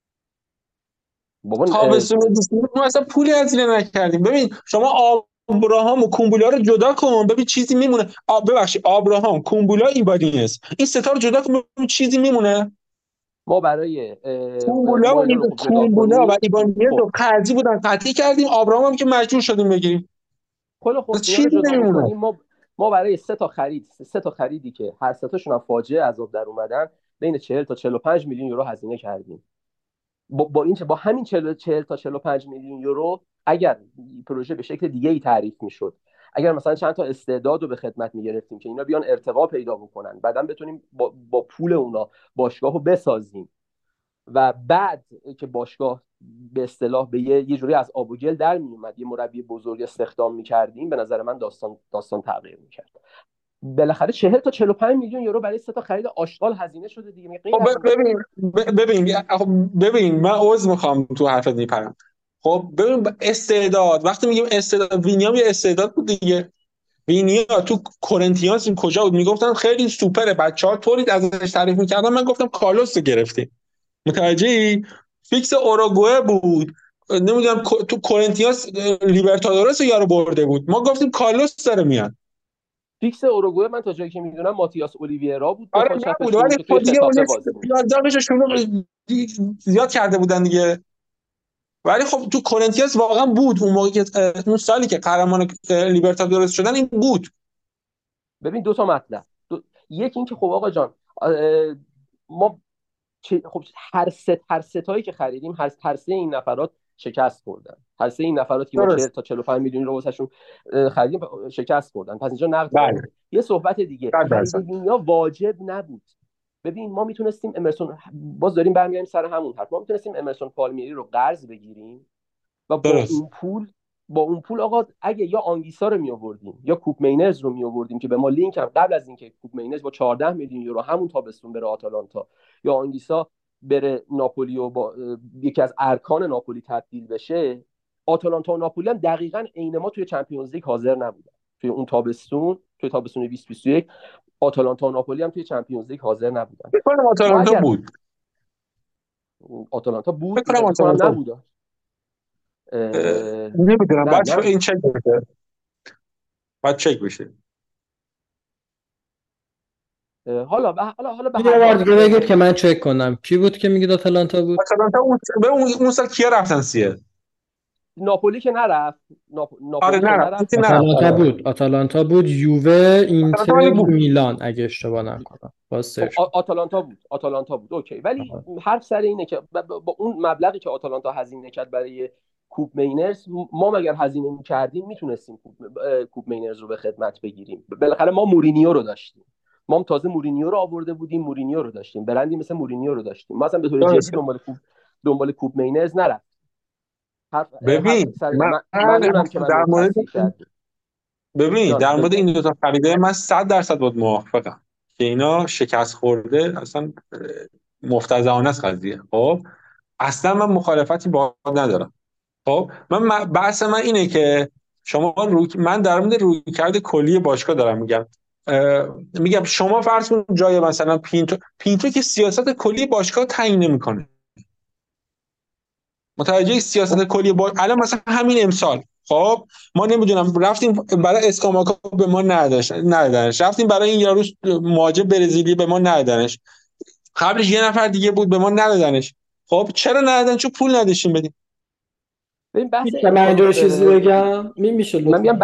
بابا تابستون 21 ما اصلا پولی هزینه نکردیم. ببین شما آبراهام و کومبولا رو جدا کن ببین چیزی میمونه. ببخشید آبراهام، کومبولا، ایبانیز، این ستا رو جدا کن ببین چیزی میمونه. ما برای کومبولا ما و اینا رو خب جدا کومبولا و کنیم. ایبانیز خب رو قرضی بودن قطعی کردیم. آبراهام هم که مجبور شدیم بگیریم. خیلی خوب اینا رو چیزی جدا نمیمونه. میکنیم. ما برای سه تا خریدی که هر سه تاشون هم فاجعه عذاب در اومدن، بین 40 تا 45 میلیون یورو هزینه کردیم. با همین 40 تا 45 میلیون یورو اگر پروژه به شکل دیگه ای تعریف میشد، اگر مثلا چند تا استعداد رو به خدمت میگرفتیم که اینا بیان ارتقا پیدا بکنن، بعداً بتونیم با پول اونا باشگاه رو بسازیم و بعد که باشگاه به اصطلاح به یه جوری از آب و گل در می اومد، یه مربی بزرگ استخدام می‌کردیم، به نظر من داستان تغییر می‌کرد. بالاخره 40 تا 45 میلیون یورو برای 3 تا خرید آشغال هزینه شده دیگه. خب ببین من عذر میخوام تو حرفت میپرم. خب ببین استعداد، وقتی میگیم استعداد، وینیا یه استعداد بود دیگه. وینیا تو کورنتیانس کجا بود؟ میگفتن خیلی سوپره، بچه‌ها طوری ازش تعریف میکردن، من گفتم کارلوس رو گرفتیم. متوجهی؟ فیکس اوروگوئه بود، نمیدونم تو کورنتیانس لیبرتادورس رو یارو برده بود، ما گفتیم کارلوس داره میاد. فیکس اوروگوئه من تا جایی که میدونم ماتیاس اولیویرا بود آره دفاع نبود، چپشون ولی که توی دیگه خطافه اون بازی می‌کرد. پیازداغش شروع زیاد کرده بودن دیگه. ولی خب تو کورنتیانس واقعا بود اون موقع که اون سالی که قهرمان لیبرتادورس شدن این بود. ببین دو تا مطلب، یکی این که خب آقا جان ما خب هر ستایی که خریدیم، هر سه این نفرات شکست خوردن. هر سه این نفرات که ما 40 تا 45 میلیون رو واسهشون خریدیم شکست خوردن. پس اینجا نقد وارده. یه صحبت دیگه، خرید وینیا واجب نبود. ببین ما میتونستیم امرسون، باز داریم برمیگردیم سر همون حرف، ما میتونستیم امرسون پالمیری رو قرض بگیریم و با اون پول آقا اگه یا آنگیسا رو می آوردیم یا کوپ مینرز رو می آوردیم که به ما لینک هم قبل از اینکه کوپ مینرز با 14 میلیون یورو همون تابستون بره آتالانتا، یا آنگیسا بره ناپولی و با یکی از ارکان ناپولی تبدیل بشه. آتالانتا و ناپولی هم دقیقاً عین ما توی چمپیونز لیگ حاضر نبودن توی اون تابستون، توی تابستون 2021 آتالانتا و ناپولی هم توی چمپیونز لیگ حاضر نبودن. بکنم آتالانتا بود. آتالانتا بود، بکنم آتالانتا نبود. نمیدونم، بعد این چک بشه، بعد چک بشه. حالا به یه بار دیگه بگید که من چک کنم. کی بود که میگید آتالانتا بود؟ آتالانتا اون سال کیا رفتن سیه؟ ناپولی که نرفت. آره نرفت. آتالانتا بود، یووه، اینتر، میلان اگه اشتباه نکنم. آتالانتا بود. اوکی، ولی حرف سر اینه که با اون مبلغی که آتالانتا هزینه کرد برای کوپ مینرز، ما مگر هزینه می‌کردیم میتونستیم کوپ مینرز رو به خدمت بگیریم. بالاخره ما مورینیو رو داشتیم، ما هم تازه مورینیو رو آورده بودیم، مورینیو رو داشتیم، برندی مثل مورینیو رو داشتیم، ما اصلا به طور جدی دنبال کوپ مینرز نرفت. ببین من که در مورد در مورد این دو تا خریده من 100% باید موافقم که اینا شکست خورده، اصلا مفتضحانه است قضیه. خب اصلا من مخالفتی با ندارم. خب من بحث من اینه که من در مورد رویکرد کلی باشگاه دارم میگم شما فرض کن جای مثلا پینتو که سیاست کلی باشگاه تعیین نمیکنه. متوجه سیاست کلی الان مثلا همین امسال خب ما نمیدونم رفتیم برای اسکاماکا به ما ندادنش، رفتیم برای این یارو مهاجم برزیلی به ما ندادنش، قبلش یه نفر دیگه بود به ما ندادنش. خب چرا ندادن؟ چون پول نداشتیم بدیم. ببین بحث من اینجا چیزی بگم میشه لطفا. من میگم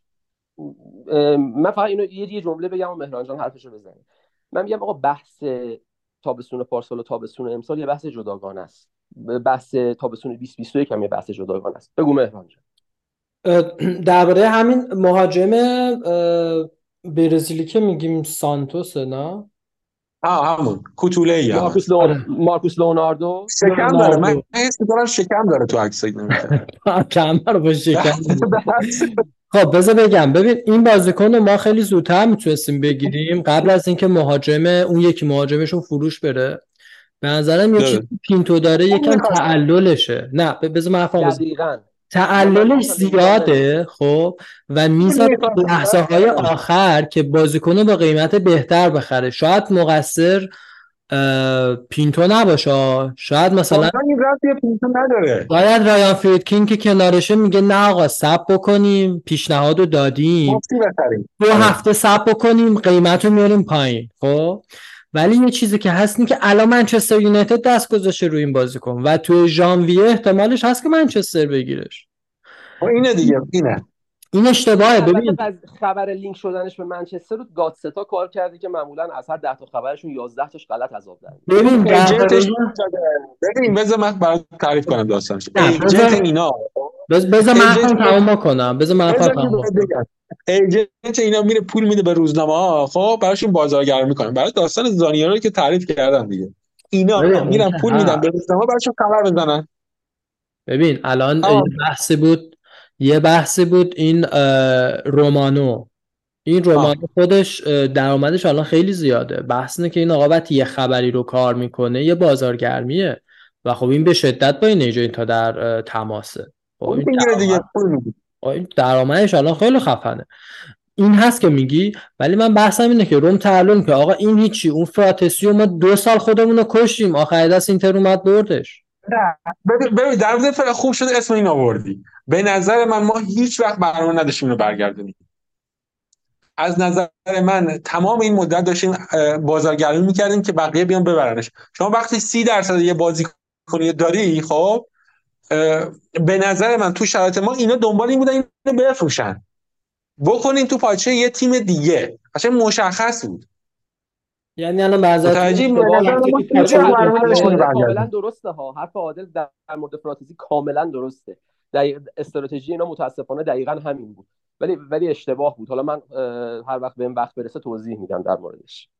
من فقط اینو یه جمله بگم و مهران جان حرفشو بزنه. من میگم آقا بحث تابستون پارسال و تابستون امسال یه بحث جداگانه است. بحث تابستون 2021 هم یه بحث جداگانه است. بگو مهران جان. درباره همین مهاجم برزیلی که میگیم سانتوسه نه؟ همون کوتوله‌ای مارکوس لئوناردو شکم داره. من حس می‌کنم شکم داره تو عکسای نمی‌کنه. کمر با شکم. خب بذار بگم، ببین این بازیکن رو ما خیلی زودتر میتونستیم بگیریم قبل از اینکه اون یکی مهاجمشون فروش بره. به نظرم یه چیزی پینتو داره یکم تعللشه. نه بذار من حرفم بزنم. تعللش زیاده خب و میذاره لحظه‌های آخر که بازیکنو با قیمت بهتر بخره. شاید مقصر پینتو نباشه، شاید مثلا پینتو نداره، باید رایان فریدکین که کنارشه میگه نه آقا صبر بکنیم، پیشنهادو دادیم 2 هفته صبر بکنیم قیمتو میاریم پایین. خب ولی یه چیزی که هست که الان منچستر یونایتد دست گذاشته روی این بازیکن و تو ژانویه احتمالش هست که منچستر بگیرش. اینه دیگه، این اشتباهه. ببین خبر لینک شدنش به منچستر رو گاتستا کار کرده که معمولا از هر 10 تا خبرشون 11 تاش غلط عذاب در میاد. ببین بذار من برات تعریف کنم داستانش. ایجنت اینا بذار من تمام کنم. ایجنت اینا میره پول میده به روزنامه‌ها، خب براشون بازارگرمی میکنن. برای داستان زانیارو که تعریف کردن دیگه، اینا اون میرن که پول میدن به روزنامه براشون خبر بزنن. ببین الان یه بحثی بود این رومانو. این رومانو خودش درآمدش الان خیلی زیاده. بحث اینه که این آقا وقتی یه خبری رو کار میکنه یه بازارگرمیه و خب این به شدت با این ایجنت ها در تماسه. خب اون میگیره دیگه، پول میده. این درآمدش الان خیلی خفنه. این هست که میگی، ولی من بحثم اینه که روم تعلم که آقا این هیچی، اون فراتسیو ما 2 سال خودمون رو کشتیم، آخر دست اینتر اومد بردش. ببین در مورد فعلا خوب شده اسم این آوردی. به نظر من ما هیچ وقت برنامه نداشتیم اینو برگردونیم. از نظر من تمام این مدت داشتیم بازارگرمی میکردیم که بقیه بیان ببرنش. شما وقتی 30% یه بازیکنی داری، خب به نظر من تو شرایط ما اینا دنبال این بودن اینو بفروشن، بکنین تو پاچه یه تیم دیگه. قشنگ مشخص بود. یعنی الان بعضی کاملا درسته ها، حرف عادل در مورد فراتزی کاملا درسته. استراتژی اینا متاسفانه دقیقاً همین بود، ولی اشتباه بود. حالا من هر وقت بهم وقت برسه توضیح میدم در موردش.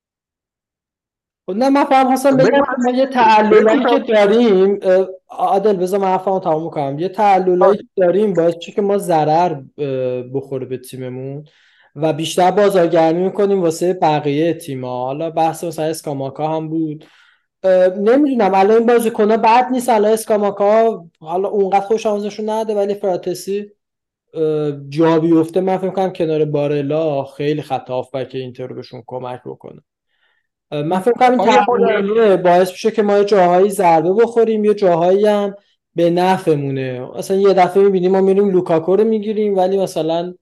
نه من فهم حسن بگم ما یه تعللایی که داریم، عادل بذار من حرفمو تموم کنم. یه تعللایی که داریم باعث میشه که ما ضرر بخوره به تیممون و بیشتر بازارگرمی میکنیم واسه بقیه تیم‌ها. حالا بحث مثلا اسکاماکا هم بود، نمیدونم الان این بازیکن‌ها بد نیست. الان اسکاماکا حالا اونقدر خوش آموزشون نده، ولی فراتسی جا بیفته من فکر کنم کنار بارلا خیلی خط هافبک اینتر رو بهشون کمک بکنه. من فکر کنم این تعلل باعث میشه که ما یه جاهایی ضربه بخوریم، یه جاهایی هم به نفعمونه. مثلا یه دفعه میبینیم ما میریم لوکاکو رو میگیریم، ولی مثلا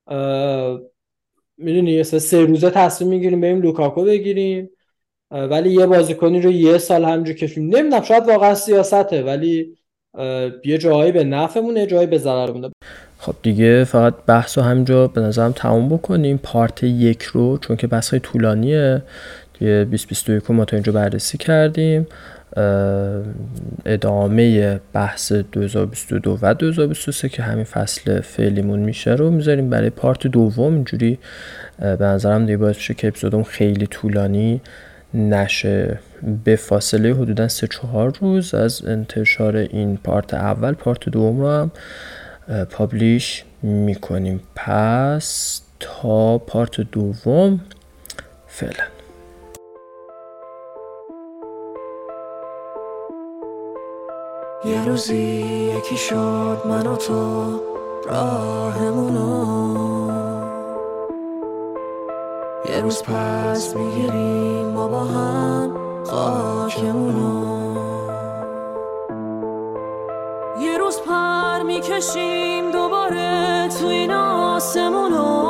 میدونی 3 روزه تصمیم میگیریم بریم لوکاکو بگیریم، ولی یه بازیکنی رو یه سال همینجور کشیم. نمیدونم شاید واقعا سیاسته، ولی یه جایی به نفعمونه، یه جایی به ضررمونه. خب دیگه فقط بحثو همینجا به نظرم تموم بکنیم پارت 1 رو، چون که بحثای طولانیه دیگه. 2021 ما تا اینجا بررسی کردیم. ادامه بحث 2022 و 2023 که همین فصل فعلیمون میشه رو میذاریم برای پارت 2. اینجوری به نظرم دیگه باعث میشه که اپیزودم خیلی طولانی نشه. به فاصله حدودا 3-4 روز از انتشار این پارت اول، پارت 2 رو هم پابلیش میکنیم. پس تا پارت 2 فعلا. یه روزی یکی شد من و تو راهمونو، یه روز پس میگیریم ما با هم خاکمونو، یه روز پر میکشیم دوباره تو این آسمونو،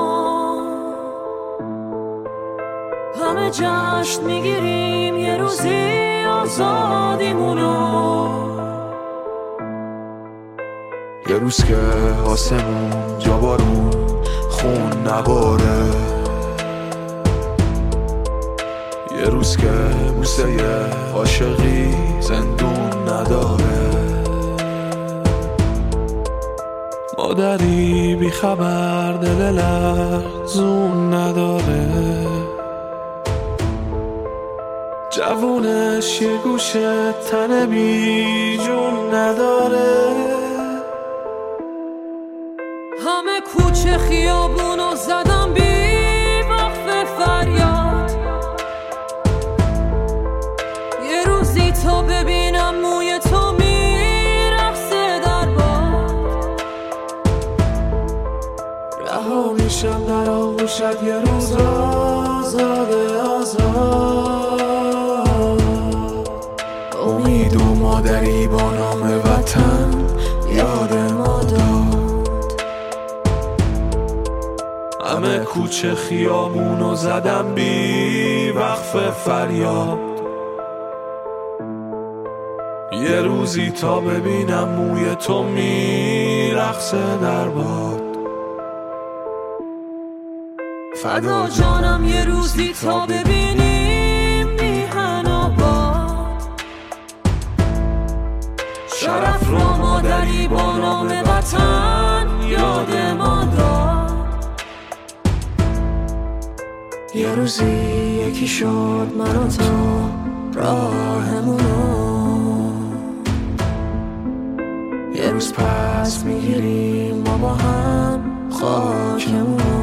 همه جشن میگیریم یه روزی آزادیمونو، یه روز که آسمون جا بارون خون نباره، یه روز که بوسه عاشقی زندون نداره، مادری بی خبر دل لرزون نداره، جوونش یه گوشه تن بی جون نداره، همه کوچه خیابونو زدم بی وقف فریاد، یه روزی تا ببینم موی تو میرقصه در باد، رها میشم در آغوشت یه روز آزاده آزاد، امید و مادری با نام وطن یاد ما داد، همه کوچه خیابونو زدم بی وقف فریاد، یه روزی تا ببینم موی تو میرقصه در باد، فدا جانم یه روزی تا ببینیم میهن آباد، شرف را مادری با نام وطن یاد ما داد، یه روزی یکی شد من و تو راهمونو، یه روز پس میگیریم ما با هم خاکمونو،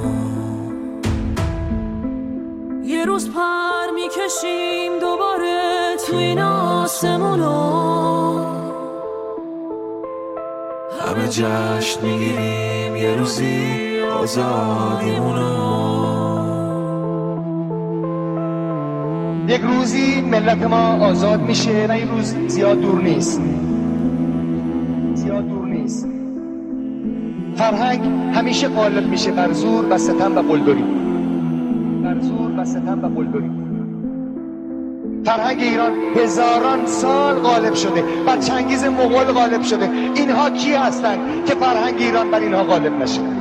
یه روز پر میکشیم دوباره تو این آسمونو، همه جشن میگیریم یه روزی آزادیمونو. یک روزی ملت ما آزاد میشه و این روز زیاد دور نیست. فرهنگ همیشه غالب میشه بر زور و ستم و قلدری. فرهنگ ایران هزاران سال غالب شده، بر چنگیز مغول غالب شده. اینها کی هستند که فرهنگ ایران بر اینها غالب نشه؟